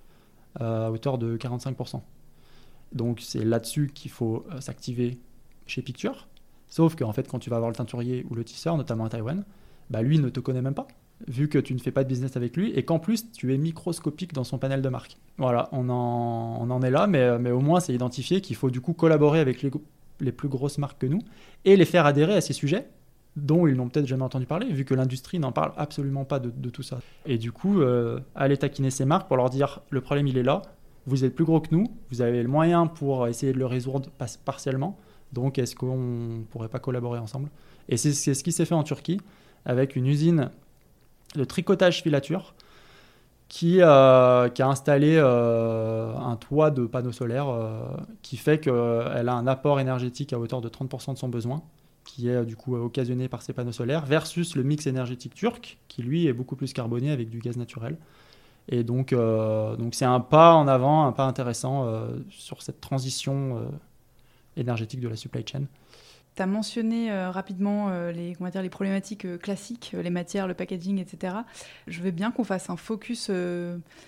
à hauteur de 45%. Donc c'est là-dessus qu'il faut s'activer chez Picture. Sauf qu'en fait, quand tu vas voir le teinturier ou le tisseur, notamment à Taïwan, lui ne te connaît même pas, vu que tu ne fais pas de business avec lui et qu'en plus, tu es microscopique dans son panel de marques. Voilà, on en est là, mais au moins, c'est identifié qu'il faut du coup collaborer avec les plus grosses marques que nous et les faire adhérer à ces sujets dont ils n'ont peut-être jamais entendu parler, vu que l'industrie n'en parle absolument pas de tout ça. Et du coup, aller taquiner ces marques pour leur dire « le problème, il est là, vous êtes plus gros que nous, vous avez le moyen pour essayer de le résoudre partiellement, donc est-ce qu'on ne pourrait pas collaborer ensemble ?» Et c'est ce qui s'est fait en Turquie, avec une usine de tricotage filature qui a installé un toit de panneaux solaires qui fait qu'elle a un apport énergétique à hauteur de 30% de son besoin, qui est du coup occasionné par ces panneaux solaires, versus le mix énergétique turc, qui lui est beaucoup plus carboné avec du gaz naturel. Et donc c'est un pas en avant, un pas intéressant sur cette transition énergétique de la supply chain. Tu as mentionné rapidement les problématiques classiques, les matières, le packaging, etc. Je veux bien qu'on fasse un focus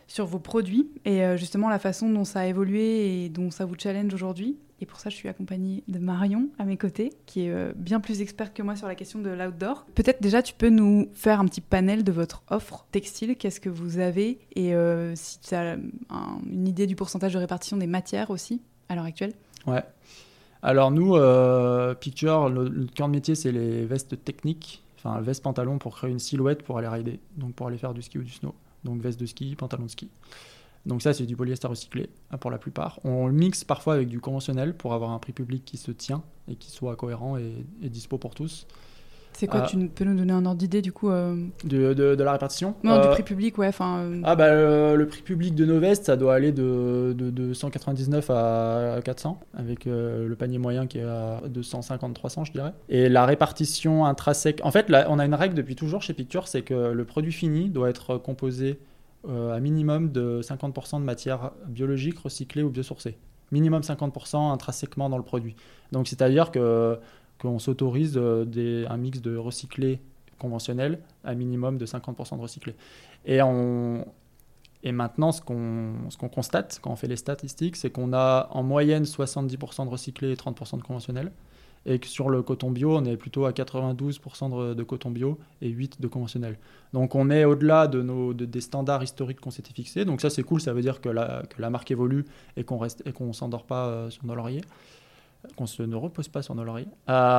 sur vos produits et justement la façon dont ça a évolué et dont ça vous challenge aujourd'hui. Et pour ça, je suis accompagnée de Marion à mes côtés, qui est bien plus experte que moi sur la question de l'outdoor. Peut-être déjà, tu peux nous faire un petit panel de votre offre textile. Qu'est-ce que vous avez et si tu as une idée du pourcentage de répartition des matières aussi à l'heure actuelle. Ouais. Alors nous, Picture, notre cœur de métier, c'est les vestes techniques, enfin vestes pantalons pour créer une silhouette pour aller rider, donc pour aller faire du ski ou du snow. Donc veste de ski, pantalon de ski. Donc ça, c'est du polyester recyclé pour la plupart. On le mixe parfois avec du conventionnel pour avoir un prix public qui se tient et qui soit cohérent et dispo pour tous. C'est quoi, tu peux nous donner un ordre d'idée du coup de la répartition? Non, du prix public, ouais. Le prix public de nos vestes, ça doit aller de 199 à 400, avec le panier moyen qui est à 250-300, je dirais. Et la répartition intrinsèque... En fait, là, on a une règle depuis toujours chez Picture, c'est que le produit fini doit être composé à minimum de 50% de matière biologique, recyclée ou biosourcée. Minimum 50% intrinsèquement dans le produit. Donc, c'est-à-dire qu'on s'autorise un mix de recyclé conventionnel à minimum de 50% de recyclé. Et maintenant, ce qu'on constate quand on fait les statistiques, c'est qu'on a en moyenne 70% de recyclé et 30% de conventionnel. Et que sur le coton bio, on est plutôt à 92% de coton bio et 8% de conventionnel. Donc on est au-delà des standards historiques qu'on s'était fixés. Donc ça, c'est cool, ça veut dire que la marque évolue et qu'on ne s'endort pas sur nos lauriers. Qu'on ne repose pas sur nos lauriers.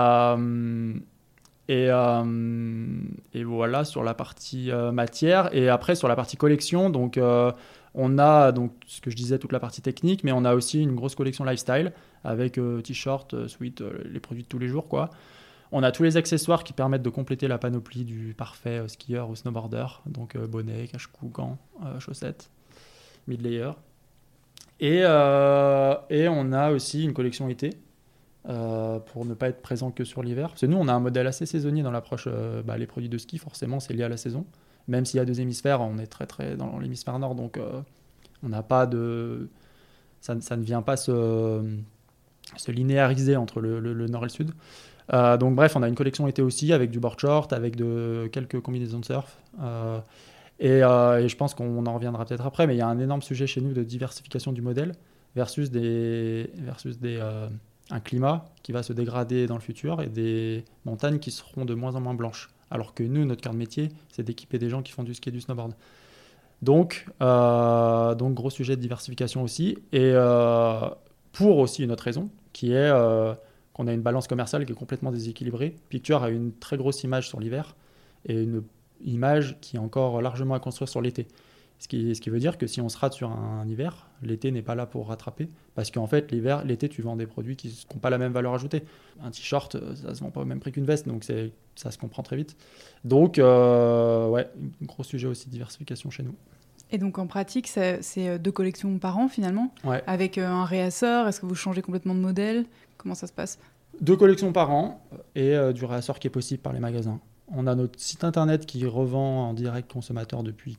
Et voilà sur la partie matière. Et après, sur la partie collection, donc, on a donc, ce que je disais, toute la partie technique, mais on a aussi une grosse collection lifestyle avec t-shirts, sweats, les produits de tous les jours, quoi. On a tous les accessoires qui permettent de compléter la panoplie du parfait skieur ou snowboarder. Donc bonnet, cache-cou, gants, chaussettes, mid-layer. Et on a aussi une collection été. Pour ne pas être présent que sur l'hiver. Parce que nous, on a un modèle assez saisonnier dans l'approche. Les produits de ski, forcément, c'est lié à la saison. Même s'il y a 2 hémisphères, on est très, très dans l'hémisphère nord. Donc, on n'a pas de... Ça ne vient pas se linéariser entre le nord et le sud. Donc, bref, on a une collection été aussi avec du board short, avec quelques combinaisons de surf. Et je pense qu'on en reviendra peut-être après. Mais il y a un énorme sujet chez nous de diversification du modèle versus un climat qui va se dégrader dans le futur et des montagnes qui seront de moins en moins blanches. Alors que nous, notre cœur de métier, c'est d'équiper des gens qui font du ski et du snowboard. Donc gros sujet de diversification aussi. Et pour aussi une autre raison, qui est qu'on a une balance commerciale qui est complètement déséquilibrée. Picture a une très grosse image sur l'hiver et une image qui est encore largement à construire sur l'été. Ce qui veut dire que si on se rate sur un hiver, l'été n'est pas là pour rattraper. Parce qu'en fait, l'été, tu vends des produits qui n'ont pas la même valeur ajoutée. Un t-shirt, ça ne se vend pas au même prix qu'une veste, donc ça se comprend très vite. Donc, un gros sujet aussi de diversification chez nous. Et donc, en pratique, c'est 2 collections par an, finalement, ouais. Avec un réassort. Est-ce que vous changez complètement de modèle? Comment ça se passe? 2 collections par an et du réassort qui est possible par les magasins. On a notre site internet qui revend en direct consommateur depuis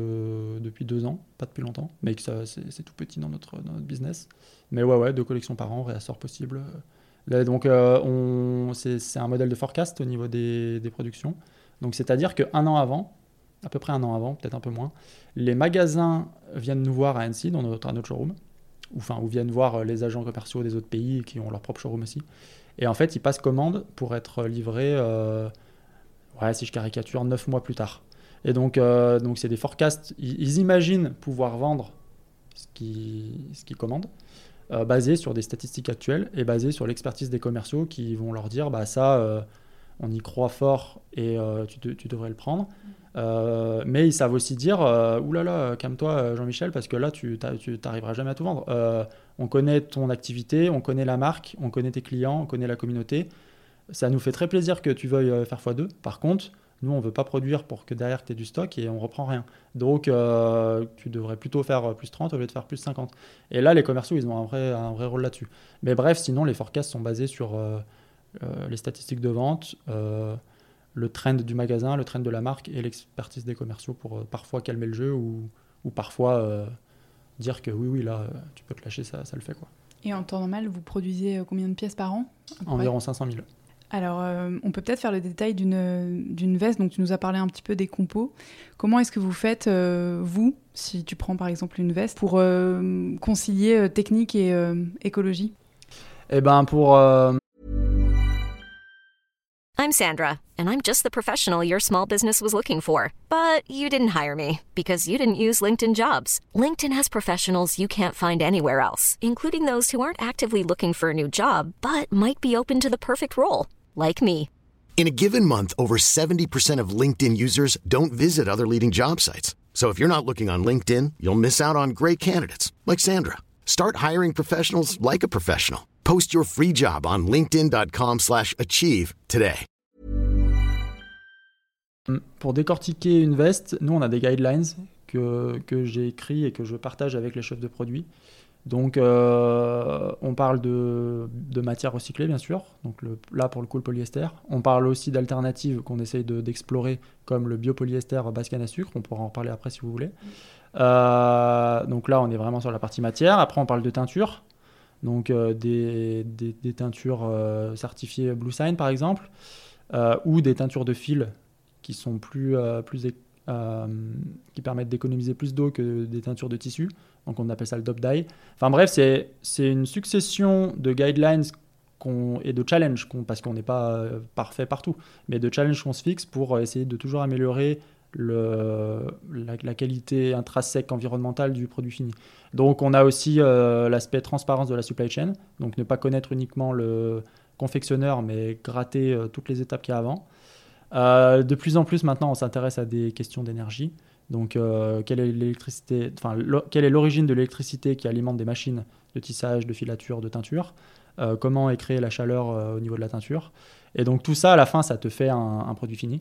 2 ans, pas depuis longtemps, mais c'est tout petit dans notre business. Mais ouais, 2 collections par an, réassort possible. Là, donc c'est un modèle de forecast au niveau des productions. Donc c'est-à-dire qu'un an avant, à peu près un an avant, peut-être un peu moins, les magasins viennent nous voir à Annecy, dans notre showroom, ou viennent voir les agents commerciaux des autres pays qui ont leur propre showroom aussi. Et en fait, ils passent commande pour être livrés... si je caricature, 9 mois plus tard. Et donc c'est des forecasts. Ils imaginent pouvoir vendre ce qu'ils commandent, basé sur des statistiques actuelles et basé sur l'expertise des commerciaux qui vont leur dire on y croit fort et tu devrais le prendre. Mais ils savent aussi dire oulala, calme-toi Jean-Michel, parce que là tu n'arriveras jamais à tout vendre. On connaît ton activité, on connaît la marque, on connaît tes clients, on connaît la communauté. Ça nous fait très plaisir que tu veuilles faire x2. Par contre, nous, on ne veut pas produire pour que derrière tu aies du stock et on ne reprend rien. Donc, tu devrais plutôt faire plus 30 au lieu de faire plus 50. Et là, les commerciaux, ils ont un vrai rôle là-dessus. Mais bref, sinon, les forecasts sont basés sur les statistiques de vente, le trend du magasin, le trend de la marque et l'expertise des commerciaux pour parfois calmer le jeu ou parfois dire que oui, là, tu peux te lâcher, ça le fait, quoi. Et en temps normal, vous produisez combien de pièces par an? Environ 500 000. Alors, on peut peut-être faire le détail d'une veste. Donc, tu nous as parlé un petit peu des compos. Comment est-ce que vous faites, vous, si tu prends par exemple une veste, pour concilier technique et écologie? Eh ben pour I'm Sandra, and I'm just the professional your small business was looking for. But you didn't hire me because you didn't use LinkedIn Jobs. LinkedIn has professionals you can't find anywhere else, including those who aren't actively looking for a new job, but might be open to the perfect role, like me. In a given month, over 70% of LinkedIn users don't visit other leading job sites. So if you're not looking on LinkedIn, you'll miss out on great candidates like Sandra. Start hiring professionals like a professional. Post your free job on linkedin.com/achieve today. Pour décortiquer une veste, nous on a des guidelines que j'ai écrits et que je partage avec les chefs de produits. Donc on parle de matières recyclées bien sûr, donc là pour le coup le polyester. On parle aussi d'alternatives qu'on essaye d'explorer comme le biopolyester basse canne à sucre, on pourra en parler après si vous voulez. Donc là on est vraiment sur la partie matière. Après on parle de teintures, donc des teintures certifiées Blue Sign par exemple, ou des teintures de fil qui sont qui permettent d'économiser plus d'eau que des teintures de tissu. Donc on appelle ça le DOP dye. Enfin bref, c'est une succession de guidelines et de challenges, parce qu'on n'est pas parfait partout, mais de challenges qu'on se fixe pour essayer de toujours améliorer la qualité intrinsèque environnementale du produit fini. Donc on a aussi l'aspect transparence de la supply chain, donc ne pas connaître uniquement le confectionneur, mais gratter toutes les étapes qu'il y a avant. De plus en plus maintenant, on s'intéresse à des questions d'énergie. Donc, quelle est l'origine de l'électricité qui alimente des machines de tissage, de filature, de teinture, comment est créée la chaleur au niveau de la teinture. Et donc tout ça, à la fin, ça te fait un produit fini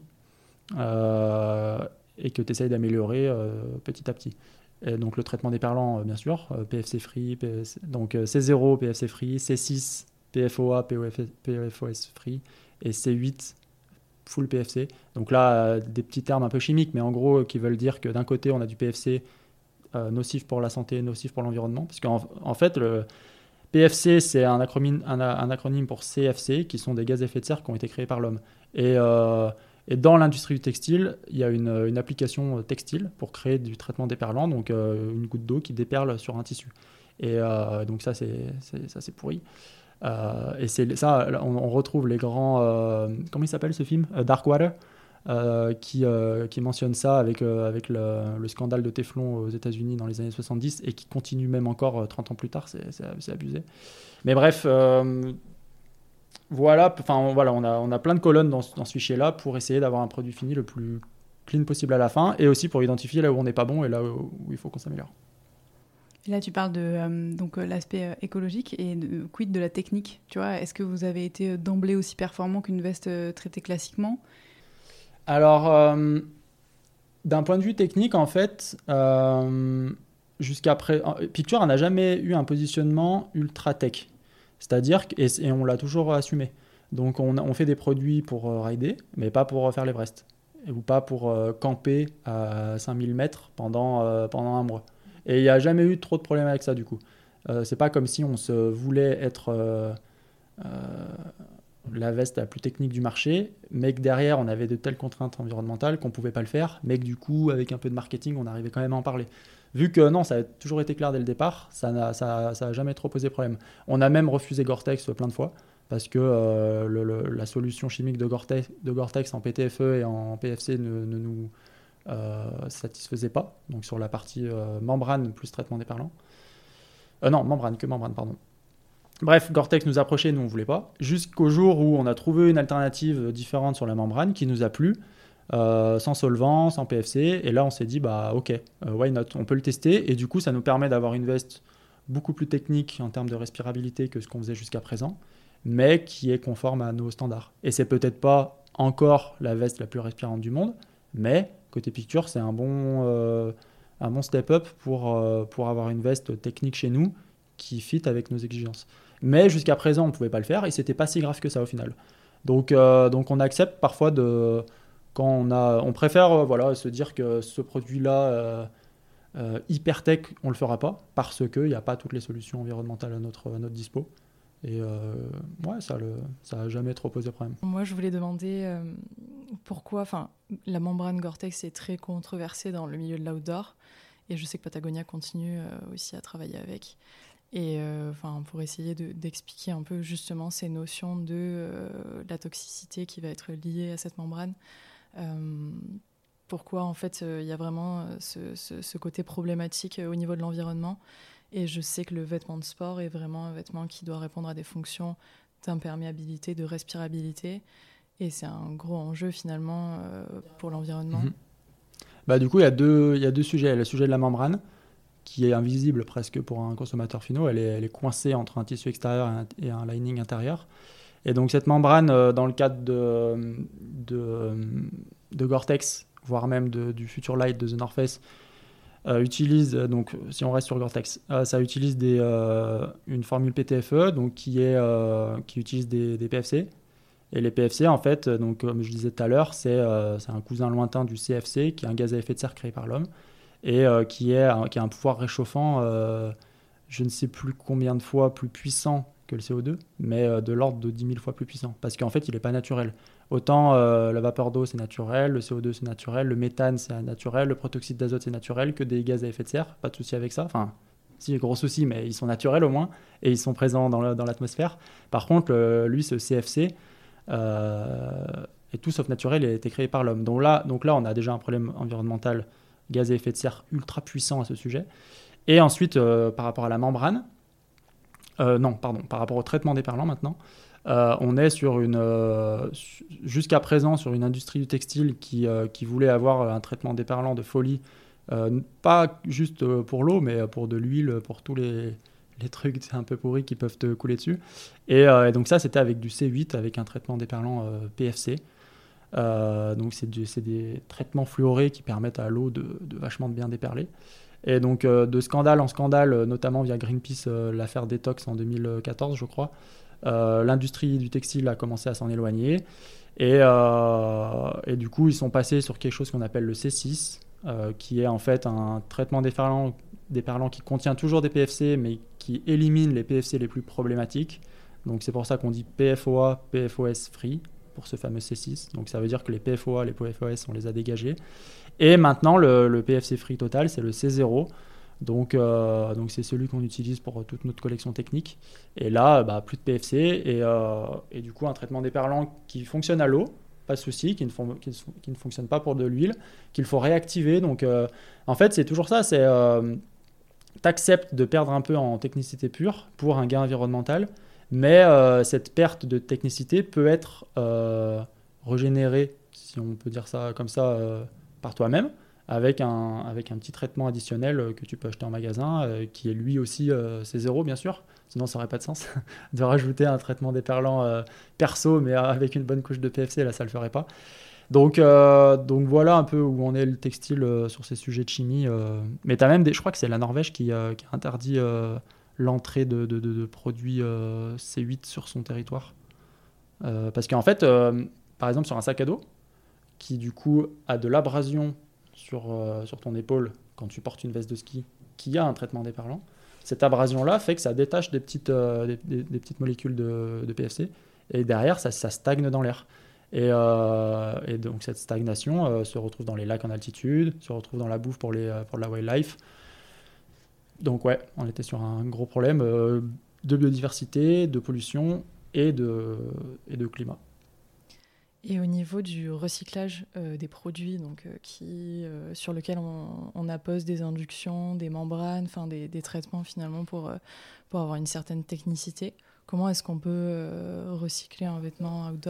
et que tu essayes d'améliorer petit à petit. Et donc le traitement des perlants, bien sûr, PFC free, donc C0, PFC free, C6, PFOA, PFOS free, et C8, full PFC. Donc là, des petits termes un peu chimiques, mais en gros, qui veulent dire que d'un côté, on a du PFC nocif pour la santé, nocif pour l'environnement. Parce qu'en fait, le PFC, c'est un acronyme pour CFC, qui sont des gaz à effet de serre qui ont été créés par l'homme. Et dans l'industrie du textile, il y a une application textile pour créer du traitement déperlant, donc une goutte d'eau qui déperle sur un tissu. Et donc ça, c'est pourri. Et c'est ça, on retrouve les grands... comment il s'appelle ce film, Darkwater, qui mentionne ça avec le scandale de Teflon aux États-Unis dans les années 70 et qui continue même encore 30 ans plus tard, c'est abusé. Mais bref, voilà, on a plein de colonnes dans ce fichier-là pour essayer d'avoir un produit fini le plus clean possible à la fin, et aussi pour identifier là où on n'est pas bon et là où il faut qu'on s'améliore. Et là, tu parles de l'aspect écologique et quid de la technique. Tu vois, est-ce que vous avez été d'emblée aussi performant qu'une veste traitée classiquement ? Alors, d'un point de vue technique, en fait, Picture n'a jamais eu un positionnement ultra tech. C'est-à-dire, et on l'a toujours assumé. Donc, on fait des produits pour rider, mais pas pour faire l'Everest. Ou pas pour camper à 5000 mètres pendant un mois. Et il n'y a jamais eu trop de problèmes avec ça, du coup. C'est pas comme si on se voulait être la veste la plus technique du marché, mais que derrière, on avait de telles contraintes environnementales qu'on ne pouvait pas le faire, mais que du coup, avec un peu de marketing, on arrivait quand même à en parler. Vu que non, ça a toujours été clair dès le départ, ça n'a jamais trop posé problème. On a même refusé Gore-Tex plein de fois, parce que la solution chimique de Gore-Tex en PTFE et en PFC ne nous satisfaisait pas, donc sur la partie membrane plus traitement déperlant. Membrane, pardon. Bref, Gore-Tex nous approchait, nous on voulait pas, jusqu'au jour où on a trouvé une alternative différente sur la membrane qui nous a plu, sans solvant, sans PFC, et là on s'est dit ok, why not, on peut le tester, et du coup ça nous permet d'avoir une veste beaucoup plus technique en termes de respirabilité que ce qu'on faisait jusqu'à présent, mais qui est conforme à nos standards. Et c'est peut-être pas encore la veste la plus respirante du monde, mais côté Picture, c'est un bon step-up pour avoir une veste technique chez nous qui fit avec nos exigences. Mais jusqu'à présent, on ne pouvait pas le faire et c'était pas si grave que ça au final. Donc on accepte parfois quand on préfère se dire que ce produit-là hyper tech, on le fera pas parce qu'il n'y a pas toutes les solutions environnementales à notre dispo. Et ça n'a jamais trop posé problème. Moi, je voulais demander pourquoi... la membrane Gore-Tex est très controversée dans le milieu de l'outdoor. Et je sais que Patagonia continue aussi à travailler avec. Et pour essayer d'expliquer un peu justement ces notions de la toxicité qui va être liée à cette membrane. Pourquoi en fait il y a vraiment ce côté problématique au niveau de l'environnement. Et je sais que le vêtement de sport est vraiment un vêtement qui doit répondre à des fonctions d'imperméabilité, de respirabilité. Et c'est un gros enjeu finalement pour l'environnement. Du coup, il y a deux sujets. Le sujet de la membrane, qui est invisible presque pour un consommateur final. Elle est coincée entre un tissu extérieur et un lining intérieur. Et donc cette membrane, dans le cadre de Gore-Tex, voire même du Futurelight de The North Face, utilise, donc si on reste sur Gore-Tex, ça utilise une formule PTFE, donc qui utilise des PFC. Et les PFC, en fait, donc, comme je disais tout à l'heure, c'est un cousin lointain du CFC, qui est un gaz à effet de serre créé par l'homme, et qui a un pouvoir réchauffant, je ne sais plus combien de fois plus puissant que le CO2, mais de l'ordre de 10 000 fois plus puissant, parce qu'en fait, il n'est pas naturel. Autant la vapeur d'eau, c'est naturel, le CO2, c'est naturel, le méthane, c'est naturel, le protoxyde d'azote, c'est naturel, que des gaz à effet de serre, pas de souci avec ça. Enfin, si, gros souci, mais ils sont naturels au moins, et ils sont présents dans l'atmosphère. Par contre, lui, ce CFC, et tout sauf naturel, il a été créé par l'homme. Donc là, on a déjà un problème environnemental, gaz à effet de serre ultra puissant à ce sujet. Et ensuite, par rapport à la membrane, par rapport au traitement déperlant maintenant, on est jusqu'à présent sur une industrie du textile qui voulait avoir un traitement déperlant de folie, pas juste pour l'eau, mais pour de l'huile, pour tous les trucs un peu pourris qui peuvent te couler dessus. Et donc ça, c'était avec du C8, avec un traitement déperlant PFC. Donc c'est des traitements fluorés qui permettent à l'eau de vachement bien déperler. Et donc de scandale en scandale, notamment via Greenpeace, l'affaire Détox en 2014, je crois, l'industrie du textile a commencé à s'en éloigner. Et du coup, ils sont passés sur quelque chose qu'on appelle le C6, qui est en fait un traitement déperlant qui contient toujours des PFC, mais qui élimine les PFC les plus problématiques. Donc c'est pour ça qu'on dit PFOA, PFOS free pour ce fameux C6. Donc ça veut dire que les PFOA, les PFOS, on les a dégagés. Et maintenant, le PFC free total, c'est le C0. Donc c'est celui qu'on utilise pour toute notre collection technique. Et là, plus de PFC et du coup un traitement déperlant qui fonctionne à l'eau, pas de souci, qui ne fonctionne pas pour de l'huile, qu'il faut réactiver. Donc en fait, c'est toujours ça, c'est t'acceptes de perdre un peu en technicité pure pour un gain environnemental, mais cette perte de technicité peut être régénérée, si on peut dire ça comme ça, par toi-même, avec un petit traitement additionnel que tu peux acheter en magasin, qui est lui aussi C0 bien sûr, sinon ça n'aurait pas de sens de rajouter un traitement déperlant perso, mais avec une bonne couche de PFC, là ça ne le ferait pas. Donc voilà un peu où on est le textile sur ces sujets de chimie. Mais tu as même je crois que c'est la Norvège qui a interdit l'entrée de produits C8 sur son territoire. Parce qu'en fait, par exemple sur un sac à dos, qui du coup a de l'abrasion sur ton épaule quand tu portes une veste de ski, qui a un traitement déperlant, cette abrasion-là fait que ça détache des petites molécules de PFC, et derrière ça stagne dans l'air. Et donc cette stagnation se retrouve dans les lacs en altitude, se retrouve dans la bouffe pour la wildlife. Donc ouais, on était sur un gros problème de biodiversité, de pollution et de climat. Et au niveau du recyclage des produits, donc, sur lesquels on appose des inductions, des membranes, des traitements finalement pour avoir une certaine technicité, comment est-ce qu'on peut recycler un vêtement outdoor ?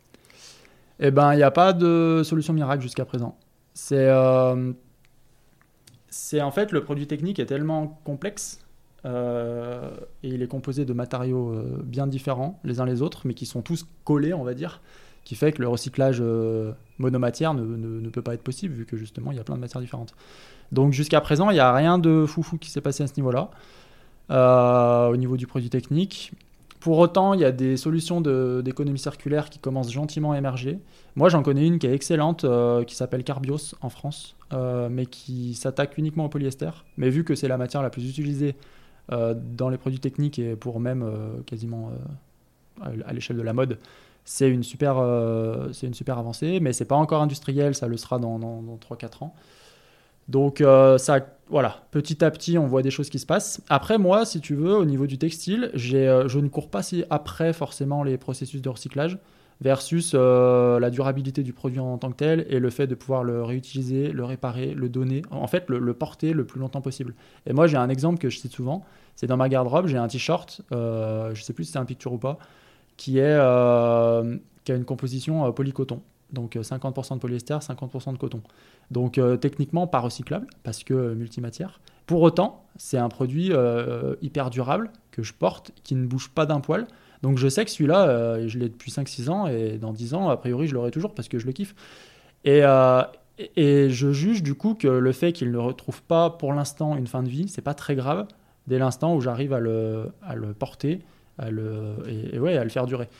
Eh ben, il n'y a pas de solution miracle jusqu'à présent. C'est en fait, le produit technique est tellement complexe et il est composé de matériaux bien différents les uns les autres, mais qui sont tous collés, on va dire, qui fait que le recyclage monomatière ne peut pas être possible, vu que justement, il y a plein de matières différentes. Donc jusqu'à présent, il n'y a rien de foufou qui s'est passé à ce niveau-là, au niveau du produit technique. Pour autant, il y a des solutions d'économie circulaire qui commencent gentiment à émerger. Moi, j'en connais une qui est excellente, qui s'appelle Carbios en France, mais qui s'attaque uniquement au polyester. Mais vu que c'est la matière la plus utilisée dans les produits techniques et pour même quasiment à l'échelle de la mode, c'est une super avancée, mais c'est pas encore industriel, ça le sera dans 3-4 ans. Donc ça, voilà, petit à petit, on voit des choses qui se passent. Après, moi, si tu veux, au niveau du textile, je ne cours pas après forcément les processus de recyclage versus la durabilité du produit en tant que tel et le fait de pouvoir le réutiliser, le réparer, le donner, en fait, le porter le plus longtemps possible. Et moi, j'ai un exemple que je cite souvent, c'est dans ma garde-robe, j'ai un t-shirt, je ne sais plus si c'est un picture ou pas, qui a une composition polycoton. Donc 50% de polyester, 50% de coton. Donc techniquement pas recyclable parce que multimatière. Pour autant, c'est un produit hyper durable que je porte, qui ne bouge pas d'un poil. Donc je sais que celui-là, je l'ai depuis 5-6 ans et dans 10 ans, a priori, je l'aurai toujours parce que je le kiffe. Et je juge du coup que le fait qu'il ne retrouve pas pour l'instant une fin de vie, c'est pas très grave dès l'instant où j'arrive à le porter à le faire durer.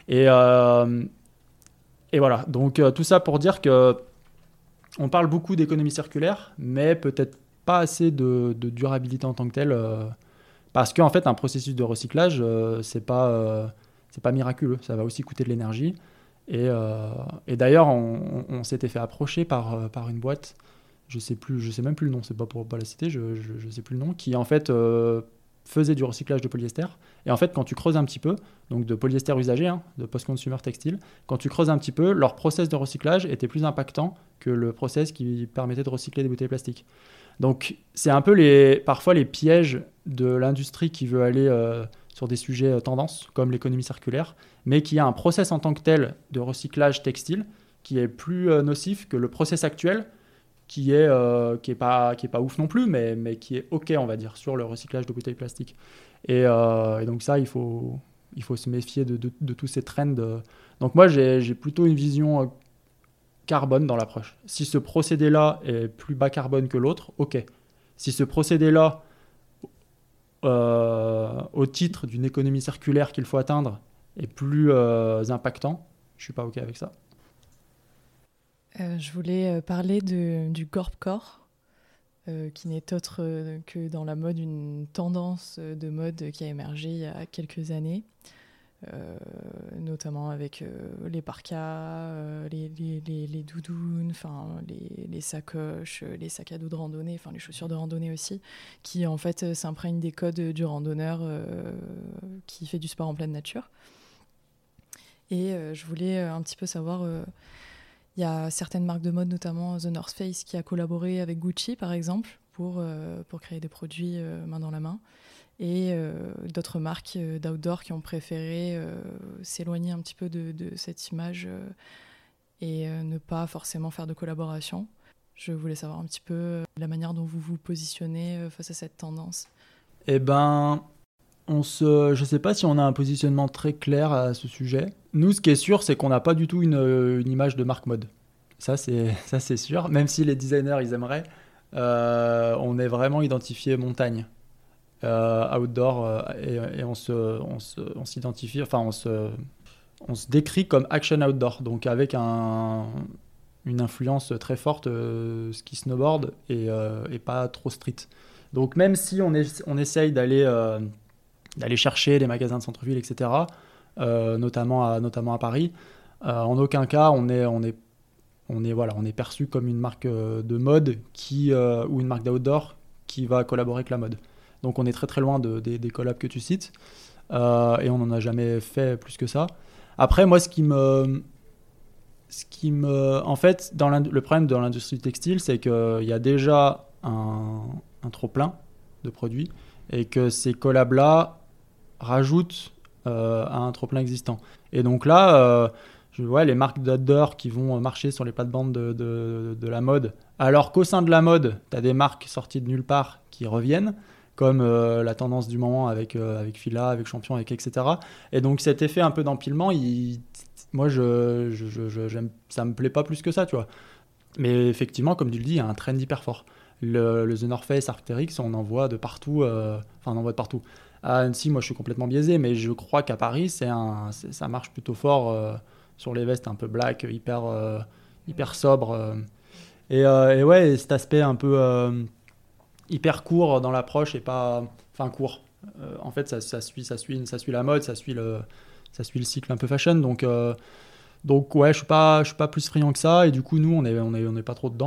Et voilà, donc tout ça pour dire que on parle beaucoup d'économie circulaire, mais peut-être pas assez de durabilité en tant que telle, parce qu'en fait, un processus de recyclage, c'est pas miraculeux, ça va aussi coûter de l'énergie. Et d'ailleurs, on s'était fait approcher par une boîte, je sais même plus le nom, c'est pas pour pas la citer, je sais plus le nom, qui en fait faisait du recyclage de polyester. Et en fait, quand tu creuses un petit peu, donc de polyester usagé, de post-consumer textile, quand tu creuses un petit peu, leur process de recyclage était plus impactant que le process qui permettait de recycler des bouteilles plastiques. Donc, c'est un peu parfois les pièges de l'industrie qui veut aller sur des sujets tendances, comme l'économie circulaire, mais qui a un process en tant que tel de recyclage textile qui est plus nocif que le process actuel, qui est pas ouf non plus, mais qui est OK, on va dire, sur le recyclage de bouteilles plastiques. Et donc ça, il faut se méfier de tous ces trends. Donc moi, j'ai plutôt une vision carbone dans l'approche. Si ce procédé-là est plus bas carbone que l'autre, OK. Si ce procédé-là, au titre d'une économie circulaire qu'il faut atteindre, est plus impactant, je ne suis pas OK avec ça. Je voulais parler du Corpcore, qui n'est autre que dans la mode une tendance de mode qui a émergé il y a quelques années, notamment avec les parkas, les doudounes, les sacoches, les sacs à dos de randonnée, les chaussures de randonnée aussi, qui en fait s'imprègnent des codes du randonneur qui fait du sport en pleine nature. Et je voulais un petit peu savoir... Il y a certaines marques de mode, notamment The North Face, qui a collaboré avec Gucci, par exemple, pour créer des produits main dans la main. Et d'autres marques d'outdoor qui ont préféré s'éloigner un petit peu de cette image et ne pas forcément faire de collaboration. Je voulais savoir un petit peu la manière dont vous vous positionnez face à cette tendance. Eh ben, je ne sais pas si on a un positionnement très clair à ce sujet. Nous, ce qui est sûr, c'est qu'on n'a pas du tout une image de marque mode. Ça, c'est sûr. Même si les designers, ils aimeraient, on est vraiment identifié montagne, outdoor, et on s'identifie, enfin, on se décrit comme action outdoor, donc avec une influence très forte ski snowboard et pas trop street. Donc même si on essaye d'aller chercher des magasins de centre-ville, etc., notamment à Paris, en aucun cas on est perçu comme une marque de mode ou une marque d'outdoor qui va collaborer avec la mode. Donc on est très très loin des collabs que tu cites, et on n'en a jamais fait plus que ça. Après, moi, en fait, le problème dans l'industrie textile, c'est qu'il y a déjà un trop plein de produits et que ces collabs-là rajoutent à un trop plein existant. Et donc là, je vois les marques d'outdoor qui vont marcher sur les plates-bandes de la mode, alors qu'au sein de la mode, tu as des marques sorties de nulle part qui reviennent, comme la tendance du moment avec Fila, avec Champion, etc. Et donc cet effet un peu d'empilement, moi, ça me plaît pas plus que ça, tu vois. Mais effectivement, comme tu le dis, il y a un trend hyper fort. Le The North Face, Arc'teryx, on en voit de partout. On en voit de partout. À Annecy, moi, je suis complètement biaisé, mais je crois qu'à Paris, ça marche plutôt fort sur les vestes un peu black, hyper sobre. Et ouais, cet aspect un peu hyper court dans l'approche et pas... Enfin, court. En fait, ça suit la mode, ça suit le cycle un peu fashion. Donc ouais, je suis pas plus friand que ça. Et du coup, nous, on est pas trop dedans.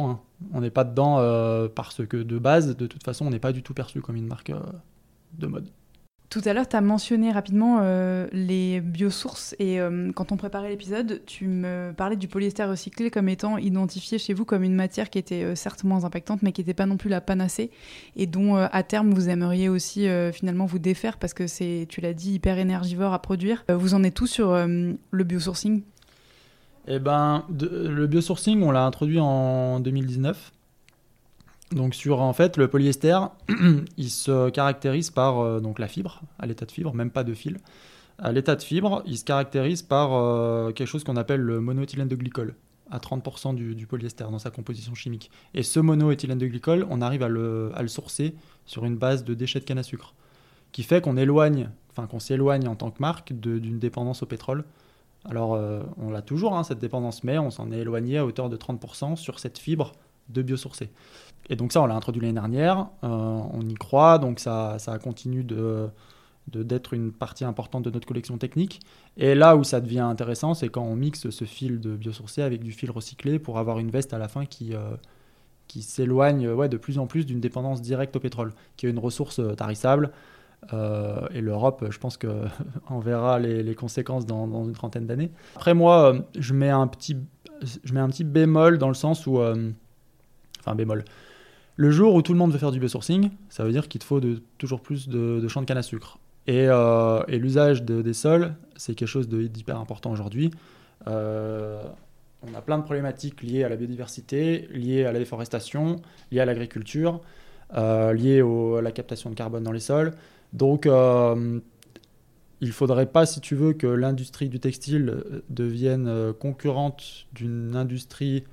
On n'est pas dedans parce que de base, de toute façon, on n'est pas du tout perçu comme une marque de mode. Tout à l'heure, tu as mentionné rapidement les biosources et quand on préparait l'épisode, tu me parlais du polyester recyclé comme étant identifié chez vous comme une matière qui était certes moins impactante mais qui n'était pas non plus la panacée et dont à terme vous aimeriez aussi finalement vous défaire parce que c'est, tu l'as dit, hyper énergivore à produire. Vous en êtes tout sur le biosourcing ? Eh ben, le biosourcing, on l'a introduit en 2019. Donc en fait, le polyester, il se caractérise par donc la fibre, à l'état de fibre, même pas de fil. À l'état de fibre, il se caractérise par quelque chose qu'on appelle le monoéthylène de glycol, à 30% du polyester dans sa composition chimique. Et ce monoéthylène de glycol, on arrive à le sourcer sur une base de déchets de canne à sucre, qui fait qu'on s'éloigne en tant que marque d'une dépendance au pétrole. Alors, on l'a toujours, cette dépendance, mais on s'en est éloigné à hauteur de 30% sur cette fibre de biosourcé. Et donc ça, on l'a introduit l'année dernière, on y croit, donc ça continue d'être une partie importante de notre collection technique. Et là où ça devient intéressant, c'est quand on mixe ce fil de biosourcé avec du fil recyclé pour avoir une veste à la fin qui s'éloigne de plus en plus d'une dépendance directe au pétrole, qui est une ressource tarissable. Et l'Europe, je pense qu'on verra les conséquences dans une trentaine d'années. Après moi, je mets un petit bémol dans le sens où... bémol. Le jour où tout le monde veut faire du biosourcing, ça veut dire qu'il te faut toujours plus de champs de canne à sucre. Et l'usage des sols, c'est quelque chose d'hyper important aujourd'hui. On a plein de problématiques liées à la biodiversité, liées à la déforestation, liées à l'agriculture, liées à la captation de carbone dans les sols. Donc, il ne faudrait pas, si tu veux, que l'industrie du textile devienne concurrente d'une industrie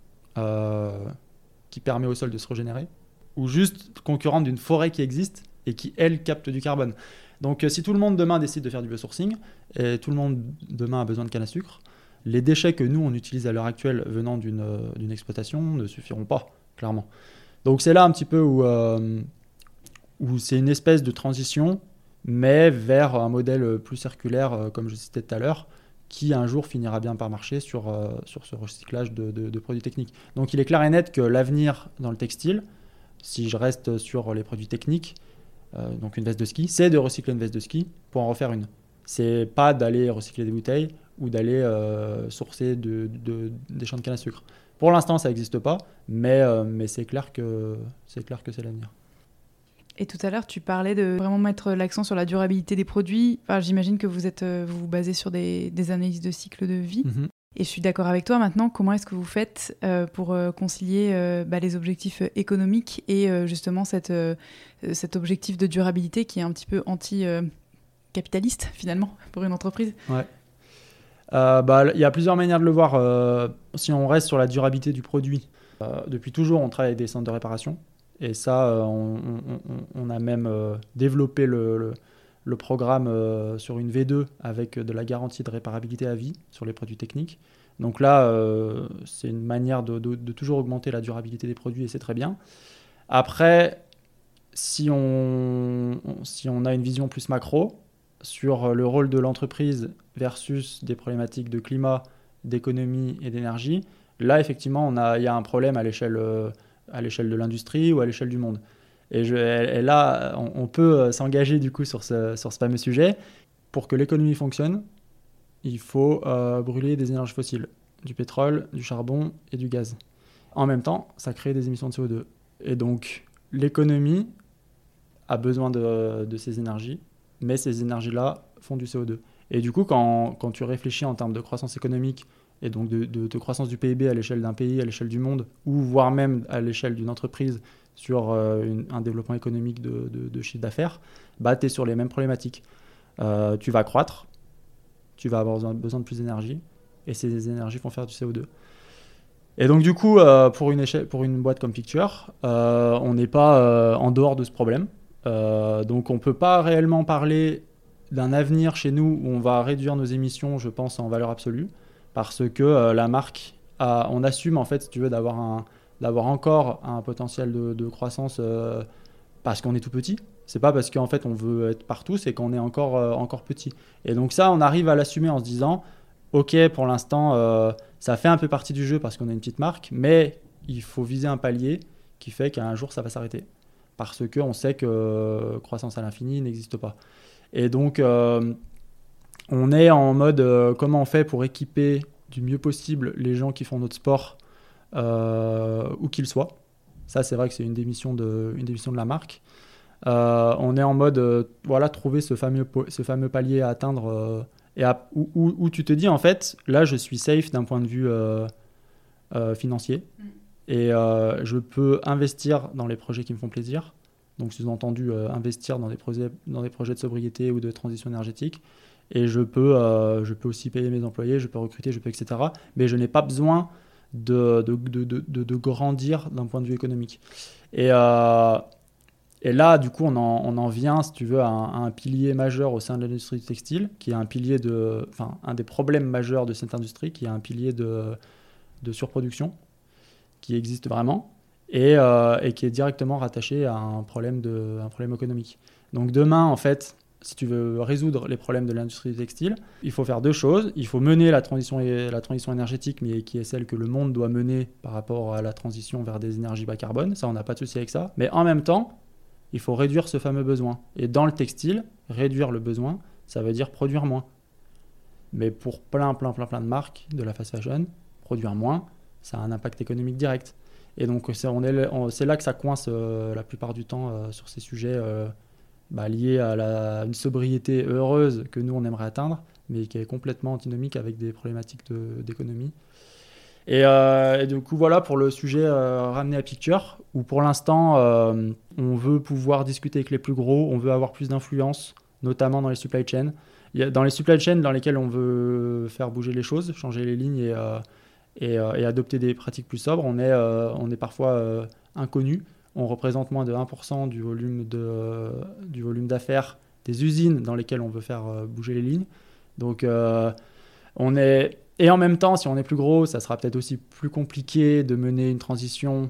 qui permet au sol de se régénérer, ou juste concurrente d'une forêt qui existe et qui, elle, capte du carbone. Donc, si tout le monde demain décide de faire du biosourcing, et tout le monde demain a besoin de canne à sucre, les déchets que nous, on utilise à l'heure actuelle venant d'une exploitation ne suffiront pas, clairement. Donc, c'est là un petit peu où c'est une espèce de transition, mais vers un modèle plus circulaire, comme je citais tout à l'heure, qui un jour finira bien par marcher sur ce recyclage de produits techniques. Donc il est clair et net que l'avenir dans le textile, si je reste sur les produits techniques, donc une veste de ski, c'est de recycler une veste de ski pour en refaire une. C'est pas d'aller recycler des bouteilles ou d'aller sourcer des champs de canne à sucre. Pour l'instant, ça n'existe pas, mais c'est clair que c'est l'avenir. Et tout à l'heure, tu parlais de vraiment mettre l'accent sur la durabilité des produits. Enfin, j'imagine que vous vous basez sur des analyses de cycle de vie. Mm-hmm. Et je suis d'accord avec toi. Maintenant, comment est-ce que vous faites pour concilier les objectifs économiques et justement cet objectif de durabilité qui est un petit peu anti-capitaliste, finalement, pour une entreprise ? Ouais. Y a plusieurs manières de le voir. Si on reste sur la durabilité du produit, depuis toujours, on travaille avec des centres de réparation. Et ça, on a même développé le programme sur une V2 avec de la garantie de réparabilité à vie sur les produits techniques. Donc là, c'est une manière de toujours augmenter la durabilité des produits et c'est très bien. Après, si on a une vision plus macro sur le rôle de l'entreprise versus des problématiques de climat, d'économie et d'énergie, là, effectivement, il y a un problème à l'échelle de l'industrie ou à l'échelle du monde. Et là, on peut s'engager du coup sur ce fameux sujet. Pour que l'économie fonctionne, il faut brûler des énergies fossiles, du pétrole, du charbon et du gaz. En même temps, ça crée des émissions de CO2. Et donc, l'économie a besoin de ces énergies, mais ces énergies-là font du CO2. Et du coup, quand tu réfléchis en termes de croissance économique et donc de croissance du PIB à l'échelle d'un pays, à l'échelle du monde, ou voire même à l'échelle d'une entreprise sur un développement économique de chiffre d'affaires, tu es sur les mêmes problématiques. Tu vas croître, tu vas avoir besoin de plus d'énergie, et ces énergies vont faire du CO2. Et donc du coup, pour une boîte comme Picture, on n'est pas en dehors de ce problème. Donc on ne peut pas réellement parler d'un avenir chez nous où on va réduire nos émissions, je pense, en valeur absolue, parce que la marque, on assume en fait, si tu veux, d'avoir encore un potentiel de croissance parce qu'on est tout petit. C'est pas parce qu'en fait on veut être partout, c'est qu'on est encore petit. Et donc ça, on arrive à l'assumer en se disant, ok, pour l'instant, ça fait un peu partie du jeu parce qu'on est une petite marque, mais il faut viser un palier qui fait qu'un jour, ça va s'arrêter. Parce qu'on sait que croissance à l'infini n'existe pas. Et donc, on est en mode comment on fait pour équiper du mieux possible les gens qui font notre sport, où qu'ils soient. Ça, c'est vrai que c'est une des missions de la marque. On est en mode trouver ce fameux palier à atteindre où tu te dis, en fait, là, je suis safe d'un point de vue financier. Et je peux investir dans les projets qui me font plaisir. Donc, sous-entendu, investir dans des projets de sobriété ou de transition énergétique. Et je peux aussi payer mes employés, je peux recruter, etc. Mais je n'ai pas besoin de grandir d'un point de vue économique. Et là, du coup, on en vient, si tu veux, à un pilier majeur au sein de l'industrie du textile, qui est un des problèmes majeurs de cette industrie, qui est un pilier de surproduction, qui existe vraiment, et qui est directement rattaché à un problème économique. Donc demain, en fait, si tu veux résoudre les problèmes de l'industrie du textile, il faut faire deux choses. Il faut mener la transition énergétique, mais qui est celle que le monde doit mener par rapport à la transition vers des énergies bas carbone. Ça, on n'a pas de souci avec ça. Mais en même temps, il faut réduire ce fameux besoin. Et dans le textile, réduire le besoin, ça veut dire produire moins. Mais pour plein de marques de la fast fashion, produire moins, ça a un impact économique direct. Et donc, c'est là que ça coince la plupart du temps sur ces sujets liés à une sobriété heureuse que nous, on aimerait atteindre, mais qui est complètement antinomique avec des problématiques d'économie. Et du coup, voilà pour le sujet ramené à Picture, où pour l'instant, on veut pouvoir discuter avec les plus gros, on veut avoir plus d'influence, notamment dans les supply chains. Dans les supply chains dans lesquelles on veut faire bouger les choses, changer les lignes et adopter des pratiques plus sobres, on est parfois inconnu. On représente moins de 1% du volume d'affaires des usines dans lesquelles on veut faire bouger les lignes. Donc, Et en même temps, si on est plus gros, ça sera peut-être aussi plus compliqué de mener une transition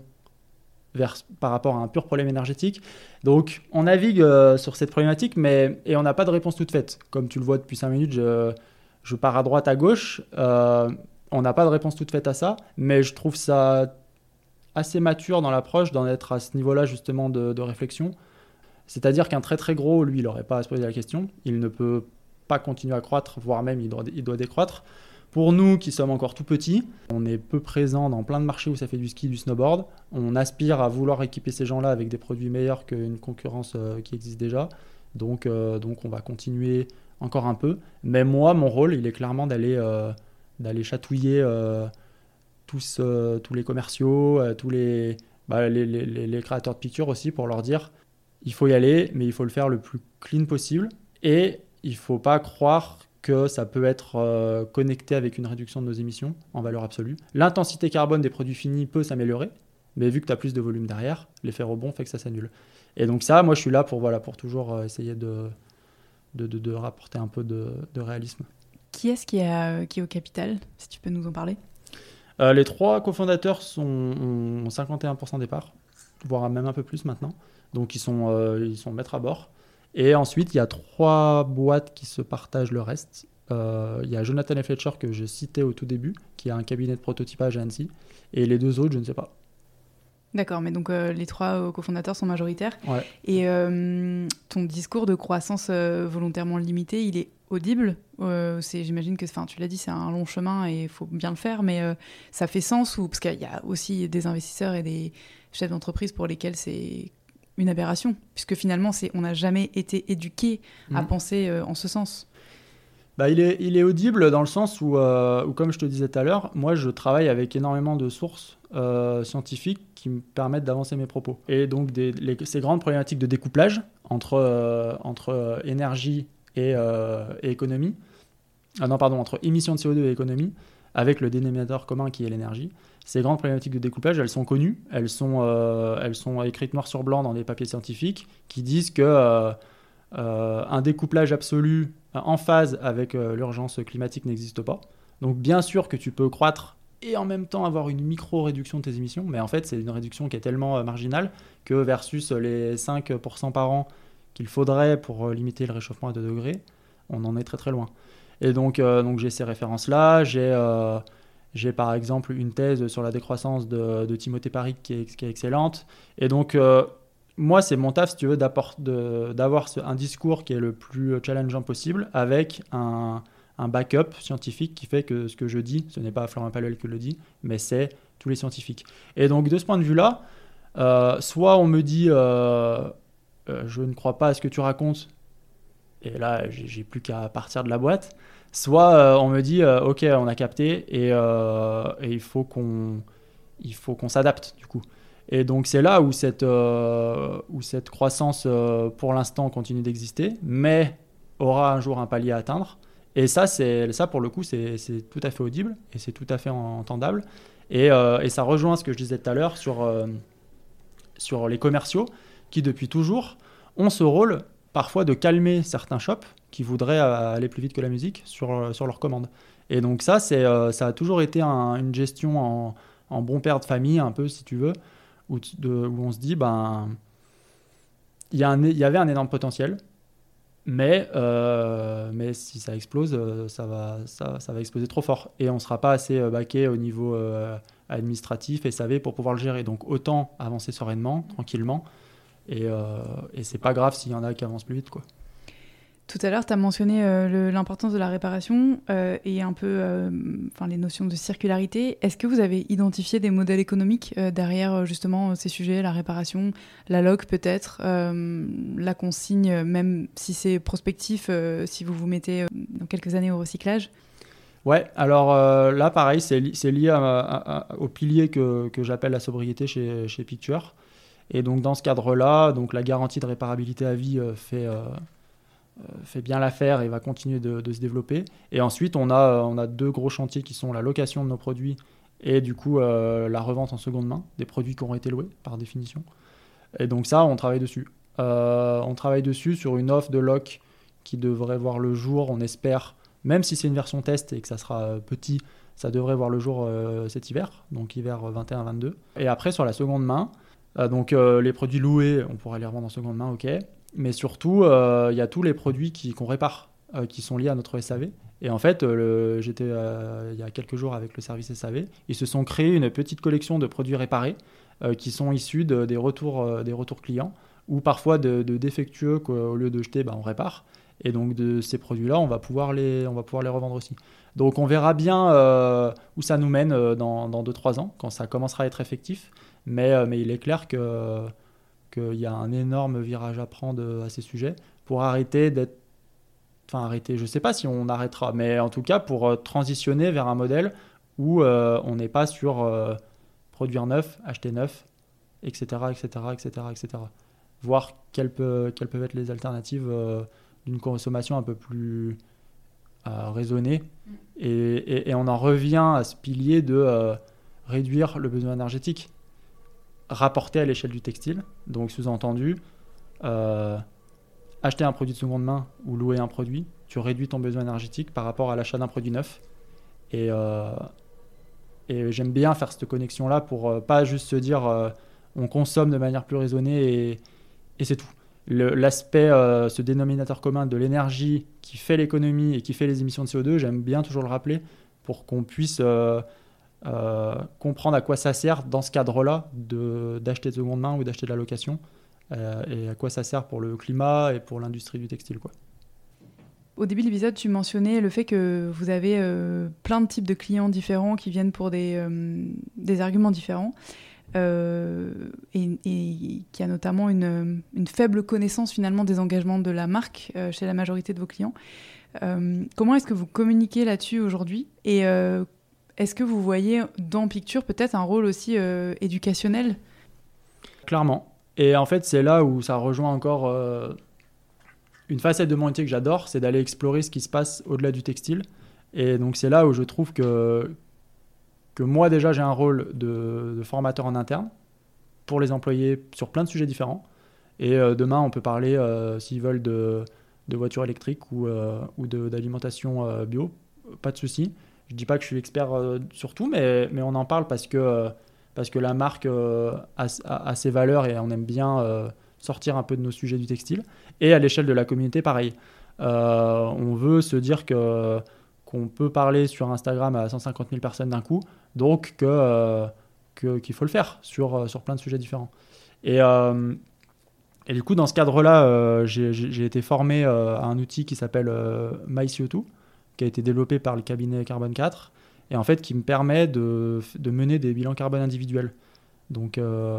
par rapport à un pur problème énergétique. Donc, on navigue sur cette problématique, et on n'a pas de réponse toute faite. Comme tu le vois depuis 5 minutes, je pars à droite, à gauche. On n'a pas de réponse toute faite à ça, mais je trouve ça assez mature dans l'approche, d'en être à ce niveau-là justement de réflexion. C'est-à-dire qu'un très très gros, lui, il n'aurait pas à se poser la question. Il ne peut pas continuer à croître, voire même il doit décroître. Pour nous qui sommes encore tout petits, on est peu présents dans plein de marchés où ça fait du ski, du snowboard. On aspire à vouloir équiper ces gens-là avec des produits meilleurs qu'une concurrence qui existe déjà. Donc on va continuer encore un peu. Mais moi, mon rôle, il est clairement d'aller chatouiller tous les commerciaux, tous les créateurs de pictures aussi, pour leur dire il faut y aller, mais il faut le faire le plus clean possible. Et il ne faut pas croire que ça peut être connecté avec une réduction de nos émissions en valeur absolue. L'intensité carbone des produits finis peut s'améliorer, mais vu que tu as plus de volume derrière, l'effet rebond fait que ça s'annule. Et donc ça, moi je suis là pour toujours essayer de rapporter un peu de réalisme. Qui est-ce qui est au capital, si tu peux nous en parler ? Les 3 cofondateurs ont 51% des parts, voire même un peu plus maintenant. Donc ils sont maîtres à bord. Et ensuite, il y a 3 boîtes qui se partagent le reste. Il y a Jonathan F. Fletcher, que je citais au tout début, qui a un cabinet de prototypage à Annecy. Et les 2 autres, je ne sais pas. D'accord, mais donc les 3 cofondateurs sont majoritaires. Ouais. Et ton discours de croissance volontairement limitée, il est audible. J'imagine que, tu l'as dit, c'est un long chemin et il faut bien le faire, mais ça fait sens parce qu'il y a aussi des investisseurs et des chefs d'entreprise pour lesquels c'est une aberration, puisque finalement, on n'a jamais été éduqué à penser en ce sens. Il est audible dans le sens où, comme je te disais tout à l'heure, moi, je travaille avec énormément de sources scientifiques qui me permettent d'avancer mes propos. Et donc, ces grandes problématiques de découplage entre énergie et économie, entre émissions de CO2 et économie, avec le dénominateur commun qui est l'énergie. Ces grandes problématiques de découplage, elles sont connues, elles sont écrites noir sur blanc dans des papiers scientifiques qui disent que un découplage absolu en phase avec l'urgence climatique n'existe pas. Donc bien sûr que tu peux croître et en même temps avoir une micro-réduction de tes émissions, mais en fait c'est une réduction qui est tellement marginale que versus les 5% par an qu'il faudrait pour limiter le réchauffement à 2 degrés, on en est très très loin. Et donc j'ai ces références-là, J'ai par exemple une thèse sur la décroissance de Timothée Parry qui est excellente. Et donc, moi, c'est mon taf, si tu veux, d'avoir un discours qui est le plus challengeant possible avec un backup scientifique qui fait que ce que je dis, ce n'est pas Florent Palluel qui le dit, mais c'est tous les scientifiques. Et donc, de ce point de vue-là, soit on me dit je ne crois pas à ce que tu racontes, et là, j'ai plus qu'à partir de la boîte. Soit on me dit ok, on a capté et il faut qu'on s'adapte du coup. Et donc c'est là où cette croissance pour l'instant continue d'exister, mais aura un jour un palier à atteindre. Et ça pour le coup c'est tout à fait audible et c'est tout à fait entendable. Et ça rejoint ce que je disais tout à l'heure sur les commerciaux qui depuis toujours ont ce rôle parfois de calmer certains shops qui voudraient aller plus vite que la musique sur leurs commandes. Et donc ça a toujours été une gestion en bon père de famille, un peu si tu veux, où on se dit, il y avait un énorme potentiel, mais si ça explose, ça va exploser trop fort. Et on ne sera pas assez baqué au niveau administratif et SAV pour pouvoir le gérer. Donc autant avancer sereinement, tranquillement, et c'est pas grave s'il y en a qui avancent plus vite, quoi. Tout à l'heure, tu as mentionné l'importance de la réparation et un peu les notions de circularité. Est-ce que vous avez identifié des modèles économiques derrière justement ces sujets, la réparation, la loc peut-être, la consigne, même si c'est prospectif, si vous vous mettez dans quelques années au recyclage? Ouais, alors là pareil, c'est lié au pilier que j'appelle la sobriété chez Picture. Et donc dans ce cadre-là, donc la garantie de réparabilité à vie fait bien l'affaire et va continuer de se développer. Et ensuite, on a deux gros chantiers qui sont la location de nos produits et du coup la revente en seconde main des produits qui auront été loués par définition. Et donc ça, on travaille dessus. On travaille dessus sur une offre de loc qui devrait voir le jour, on espère, même si c'est une version test et que ça sera petit, ça devrait voir le jour cet hiver, donc hiver 21-22. Et après, sur la seconde main, les produits loués, on pourra les revendre en seconde main, ok. Mais surtout, il y a tous les produits qu'on répare, qui sont liés à notre SAV. Et en fait, j'étais il y a quelques jours avec le service SAV. Ils se sont créés une petite collection de produits réparés qui sont issus des retours clients ou parfois de défectueux qu'au lieu de jeter, on répare. Et donc de ces produits-là, on va pouvoir les revendre aussi. Donc on verra bien où ça nous mène dans 2-3 ans, quand ça commencera à être effectif. Mais il est clair qu'il y a un énorme virage à prendre à ces sujets pour arrêter, je ne sais pas si on arrêtera, mais en tout cas pour transitionner vers un modèle où on n'est pas sur produire neuf, acheter neuf, etc., etc., etc., etc. Voir quelles peuvent être les alternatives d'une consommation un peu plus raisonnée. Et on en revient à ce pilier de réduire le besoin énergétique rapporté à l'échelle du textile. Donc sous-entendu, acheter un produit de seconde main ou louer un produit, tu réduis ton besoin énergétique par rapport à l'achat d'un produit neuf. Et j'aime bien faire cette connexion-là pour pas juste se dire on consomme de manière plus raisonnée et c'est tout. L'aspect, ce dénominateur commun de l'énergie qui fait l'économie et qui fait les émissions de CO2, j'aime bien toujours le rappeler pour qu'on puisse comprendre à quoi ça sert dans ce cadre-là d'acheter de seconde main ou d'acheter de la location et à quoi ça sert pour le climat et pour l'industrie du textile, quoi. Au début de l'épisode, tu mentionnais le fait que vous avez plein de types de clients différents qui viennent pour des arguments différents et qu'il y a notamment une faible connaissance finalement des engagements de la marque chez la majorité de vos clients. Comment est-ce que vous communiquez là-dessus aujourd'hui et est-ce que vous voyez dans Picture peut-être un rôle aussi éducationnel ? Clairement. Et en fait, c'est là où ça rejoint encore une facette de mon métier que j'adore, c'est d'aller explorer ce qui se passe au-delà du textile. Et donc, c'est là où je trouve que moi, déjà, j'ai un rôle de formateur en interne pour les employés sur plein de sujets différents. Et demain, on peut parler, s'ils veulent, de voitures électriques ou d'alimentation bio. Pas de souci. Je ne dis pas que je suis expert sur tout, mais on en parle parce que la marque a ses valeurs et on aime bien sortir un peu de nos sujets du textile. Et à l'échelle de la communauté, pareil. On veut se dire que qu'on peut parler sur Instagram à 150 000 personnes d'un coup, donc qu'il faut le faire sur plein de sujets différents. Et du coup, dans ce cadre-là, j'ai été formé à un outil qui s'appelle MyCO2, qui a été développé par le cabinet Carbone 4, et en fait qui me permet de mener des bilans carbone individuels. Donc,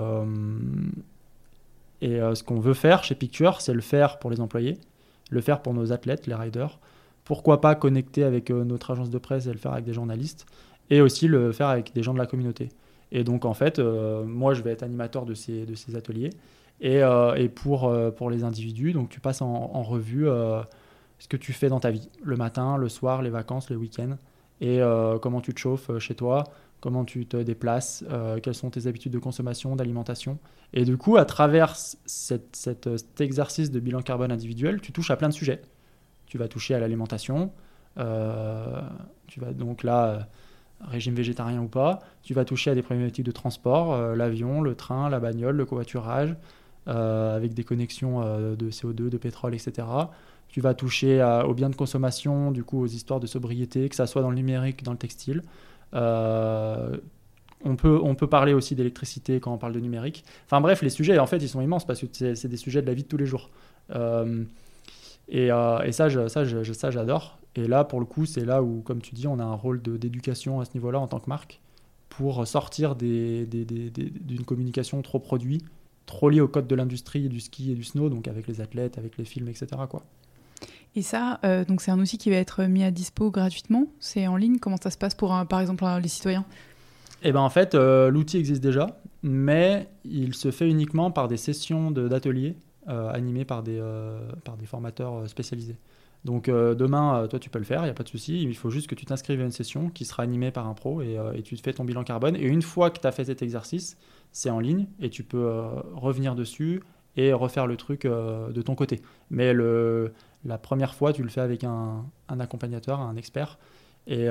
ce qu'on veut faire chez Picture, c'est le faire pour les employés, le faire pour nos athlètes, les riders. Pourquoi pas connecter avec notre agence de presse et le faire avec des journalistes, et aussi le faire avec des gens de la communauté. Et donc, en fait, moi, je vais être animateur de ces ateliers. Et pour les individus, donc tu passes en revue ce que tu fais dans ta vie, le matin, le soir, les vacances, les week-ends, et comment tu te chauffes chez toi, comment tu te déplaces, quelles sont tes habitudes de consommation, d'alimentation. Et du coup, à travers cet exercice de bilan carbone individuel, tu touches à plein de sujets. Tu vas toucher à l'alimentation, tu vas donc là, régime végétarien ou pas, tu vas toucher à des problématiques de transport, l'avion, le train, la bagnole, le covoiturage, avec des connexions de CO2, de pétrole, etc. Tu vas toucher aux biens de consommation, du coup aux histoires de sobriété, que ça soit dans le numérique, dans le textile. On peut parler aussi d'électricité quand on parle de numérique. Enfin bref, les sujets, en fait, ils sont immenses parce que c'est des sujets de la vie de tous les jours. Et ça, j'adore. Et là, pour le coup, c'est là où, comme tu dis, on a un rôle d'éducation à ce niveau-là en tant que marque pour sortir d'une communication trop produit, trop liée au code de l'industrie du ski et du snow, donc avec les athlètes, avec les films, etc., quoi. Et ça, donc c'est un outil qui va être mis à dispo gratuitement. C'est en ligne. Comment ça se passe pour, par exemple, les citoyens ? Eh ben, en fait, l'outil existe déjà, mais il se fait uniquement par des sessions d'ateliers animées par des formateurs spécialisés. Donc demain, toi, tu peux le faire, il n'y a pas de souci. Il faut juste que tu t'inscrives à une session qui sera animée par un pro et tu te fais ton bilan carbone. Et une fois que tu as fait cet exercice, c'est en ligne et tu peux revenir dessus et refaire le truc de ton côté. Mais la première fois, tu le fais avec un accompagnateur, un expert. Et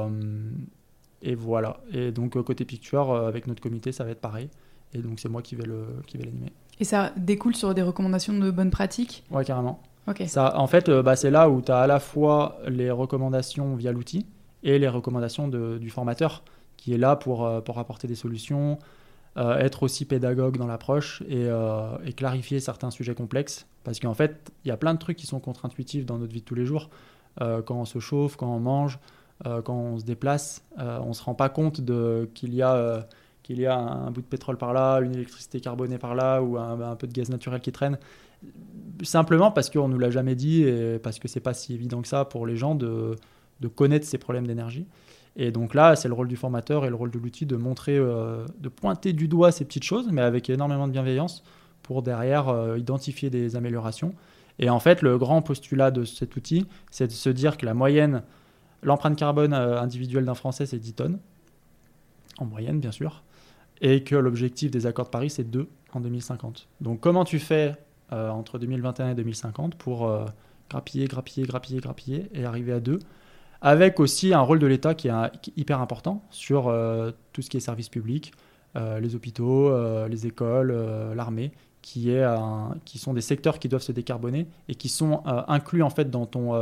voilà. Et donc, côté Picture, avec notre comité, ça va être pareil. Et donc, c'est moi qui vais l'animer. Et ça découle sur des recommandations de bonnes pratiques ? Ouais, carrément. Okay. Ça, en fait, c'est là où tu as à la fois les recommandations via l'outil et les recommandations du formateur qui est là pour apporter des solutions, être aussi pédagogue dans l'approche et clarifier certains sujets complexes. Parce qu'en fait, il y a plein de trucs qui sont contre-intuitifs dans notre vie de tous les jours. Quand on se chauffe, quand on mange, quand on se déplace, on ne se rend pas compte qu'il y a un bout de pétrole par là, une électricité carbonée par là ou un peu de gaz naturel qui traîne. Simplement parce qu'on ne nous l'a jamais dit et parce que ce n'est pas si évident que ça pour les gens de connaître ces problèmes d'énergie. Et donc là, c'est le rôle du formateur et le rôle de l'outil de montrer, de pointer du doigt ces petites choses, mais avec énormément de bienveillance pour derrière identifier des améliorations. Et en fait, le grand postulat de cet outil, c'est de se dire que l'empreinte carbone individuelle d'un Français, c'est 10 tonnes, en moyenne bien sûr, et que l'objectif des accords de Paris, c'est 2 en 2050. Donc comment tu fais entre 2021 et 2050 pour grappiller et arriver à 2, avec aussi un rôle de l'État qui est hyper important sur tout ce qui est service public, les hôpitaux, les écoles, l'armée, qui sont des secteurs qui doivent se décarboner et qui sont inclus en fait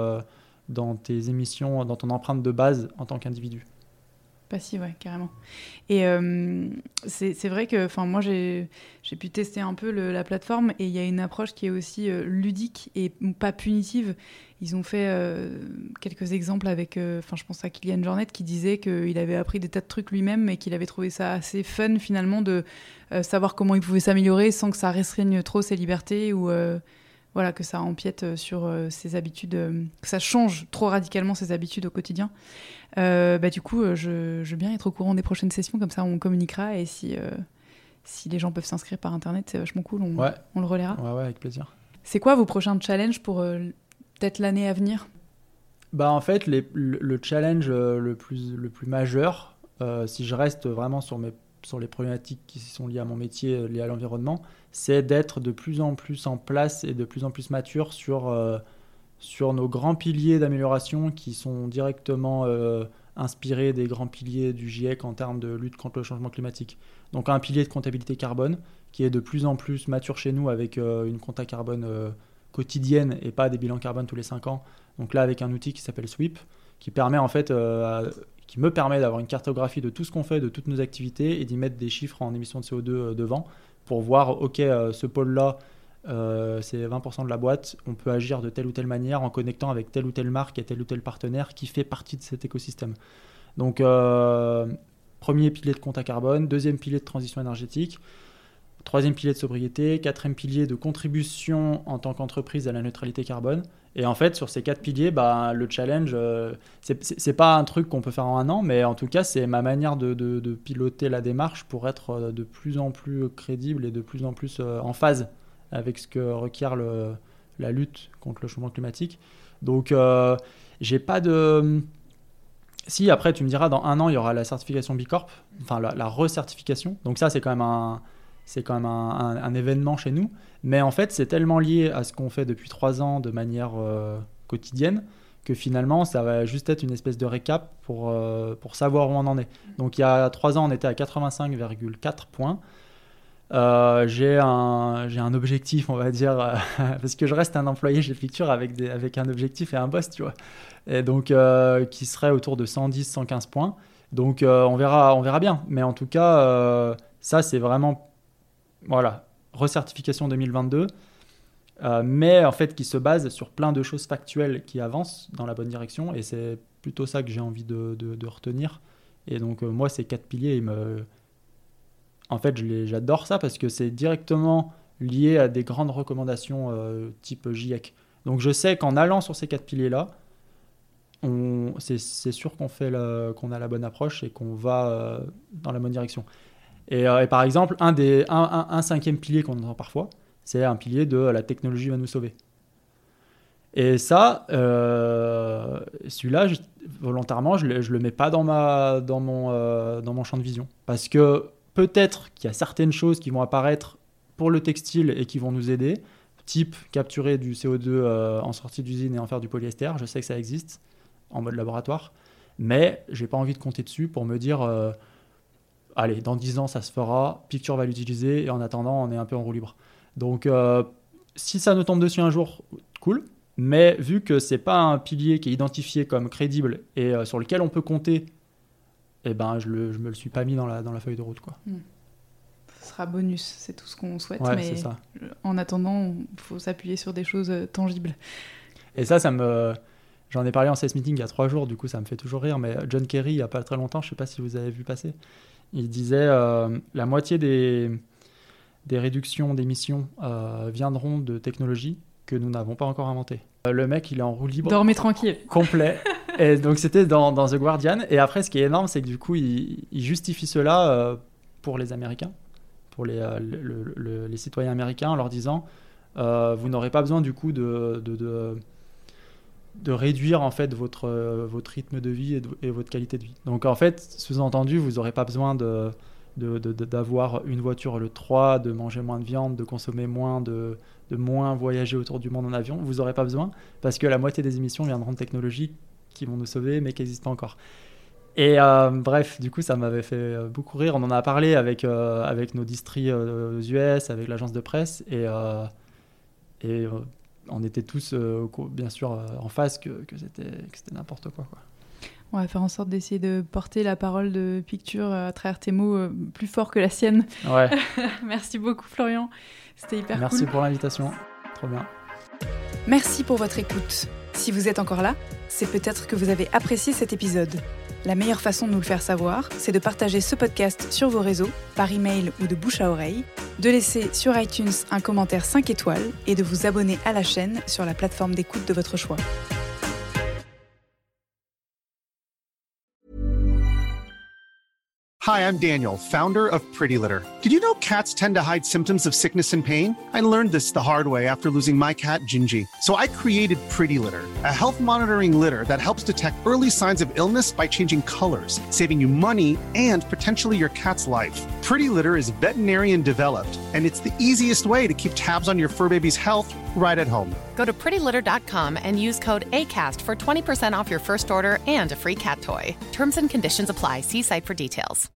dans tes émissions, dans ton empreinte de base en tant qu'individu. Passive, ouais, carrément. Et c'est vrai que moi, j'ai pu tester un peu la plateforme et il y a une approche qui est aussi ludique et pas punitive. Ils ont fait quelques exemples avec, je pense à Kylian Jornet qui disait qu'il avait appris des tas de trucs lui-même et qu'il avait trouvé ça assez fun finalement de savoir comment il pouvait s'améliorer sans que ça restreigne trop ses libertés ou que ça empiète sur ses habitudes, que ça change trop radicalement ses habitudes au quotidien. Du coup, je veux bien être au courant des prochaines sessions, comme ça on communiquera et si les gens peuvent s'inscrire par internet, c'est vachement cool, on le relaiera. Ouais, avec plaisir. C'est quoi vos prochains challenges pour peut-être l'année à venir ? En fait, le challenge le plus majeur, si je reste vraiment sur les problématiques qui sont liées à mon métier, liées à l'environnement, c'est d'être de plus en plus en place et de plus en plus mature sur nos grands piliers d'amélioration qui sont directement inspirés des grands piliers du GIEC en termes de lutte contre le changement climatique. Donc un pilier de comptabilité carbone qui est de plus en plus mature chez nous avec une compta carbone quotidienne et pas des bilans carbone tous les 5 ans. Donc là avec un outil qui s'appelle Sweep, qui permet en fait, qui me permet d'avoir une cartographie de tout ce qu'on fait, de toutes nos activités et d'y mettre des chiffres en émissions de CO2 devant pour voir, ok, ce pôle-là, c'est 20% de la boîte, on peut agir de telle ou telle manière en connectant avec telle ou telle marque et tel ou tel partenaire qui fait partie de cet écosystème. Donc, premier pilier de compte à carbone, deuxième pilier de transition énergétique, troisième pilier de sobriété, quatrième pilier de contribution en tant qu'entreprise à la neutralité carbone. Et en fait, sur ces 4 piliers, le challenge, c'est pas un truc qu'on peut faire en un an, mais en tout cas, c'est ma manière de piloter la démarche pour être de plus en plus crédible et de plus en plus en phase avec ce que requiert la lutte contre le changement climatique. Donc, j'ai pas de... Si, après, tu me diras, dans un an, il y aura la certification B Corp, enfin la recertification. Donc ça, c'est quand même un événement chez nous. Mais en fait, c'est tellement lié à ce qu'on fait depuis 3 ans de manière quotidienne que finalement, ça va juste être une espèce de récap pour savoir où on en est. Donc il y a 3 ans, on était à 85,4 points. J'ai un objectif, on va dire, parce que je reste un employé chez Picture avec un objectif et un boss, tu vois. Et donc, qui serait autour de 110-115 points. Donc, on verra bien. Mais en tout cas, ça, c'est vraiment, voilà, recertification 2022. Mais en fait, qui se base sur plein de choses factuelles qui avancent dans la bonne direction. Et c'est plutôt ça que j'ai envie de retenir. Et donc, moi, ces 4 piliers, en fait, j'adore ça parce que c'est directement lié à des grandes recommandations type GIEC. Donc, je sais qu'en allant sur ces 4 piliers-là, c'est sûr qu'on a la bonne approche et qu'on va dans la bonne direction. Et par exemple, un 5e pilier qu'on entend parfois, c'est un pilier de la technologie va nous sauver. Et ça, celui-là, volontairement, je le mets pas dans mon champ de vision. Parce que peut-être qu'il y a certaines choses qui vont apparaître pour le textile et qui vont nous aider, type capturer du CO2 en sortie d'usine et en faire du polyester. Je sais que ça existe en mode laboratoire, mais j'ai pas envie de compter dessus pour me dire allez, dans 10 ans ça se fera, Picture va l'utiliser et en attendant on est un peu en roue libre. Donc si ça nous tombe dessus un jour, cool, mais vu que c'est pas un pilier qui est identifié comme crédible et sur lequel on peut compter, je me le suis pas mis dans la feuille de route, quoi. Ce sera bonus, c'est tout ce qu'on souhaite, ouais, mais c'est ça. En attendant, il faut s'appuyer sur des choses tangibles. Et ça j'en ai parlé en CS Meeting il y a 3 jours, du coup ça me fait toujours rire, mais John Kerry, il n'y a pas très longtemps, je ne sais pas si vous avez vu passer, il disait la moitié des réductions d'émissions viendront de technologies que nous n'avons pas encore inventées. Le mec, il est en roue libre. Dormez tranquille. Complet. Et donc c'était dans The Guardian. Et après, ce qui est énorme, c'est que du coup, il justifie cela pour les Américains, pour les citoyens américains, en leur disant vous n'aurez pas besoin du coup de réduire en fait votre rythme de vie et votre qualité de vie. Donc en fait, sous-entendu, vous n'aurez pas besoin d'avoir une voiture le 3, de manger moins de viande, de consommer moins, de moins voyager autour du monde en avion. Vous n'aurez pas besoin parce que la moitié des émissions viendront de technologies qui vont nous sauver mais qui n'existent pas encore. Et bref, du coup, ça m'avait fait beaucoup rire. On en a parlé avec nos distries US, avec l'agence de presse et on était tous, bien sûr, en face que c'était n'importe quoi. On va faire en sorte d'essayer de porter la parole de Picture à travers tes mots plus fort que la sienne. Ouais. Merci beaucoup, Florian. C'était hyper cool. Merci pour l'invitation. Trop bien. Merci pour votre écoute. Si vous êtes encore là, c'est peut-être que vous avez apprécié cet épisode. La meilleure façon de nous le faire savoir, c'est de partager ce podcast sur vos réseaux, par email ou de bouche à oreille, de laisser sur iTunes un commentaire 5 étoiles et de vous abonner à la chaîne sur la plateforme d'écoute de votre choix. Hi, I'm Daniel, founder of Pretty Litter. Did you know cats tend to hide symptoms of sickness and pain? I learned this the hard way after losing my cat, Gingy. So I created Pretty Litter, a health monitoring litter that helps detect early signs of illness by changing colors, saving you money and potentially your cat's life. Pretty Litter is veterinarian developed, and it's the easiest way to keep tabs on your fur baby's health right at home. Go to prettylitter.com and use code ACAST for 20% off your first order and a free cat toy. Terms and conditions apply. See site for details.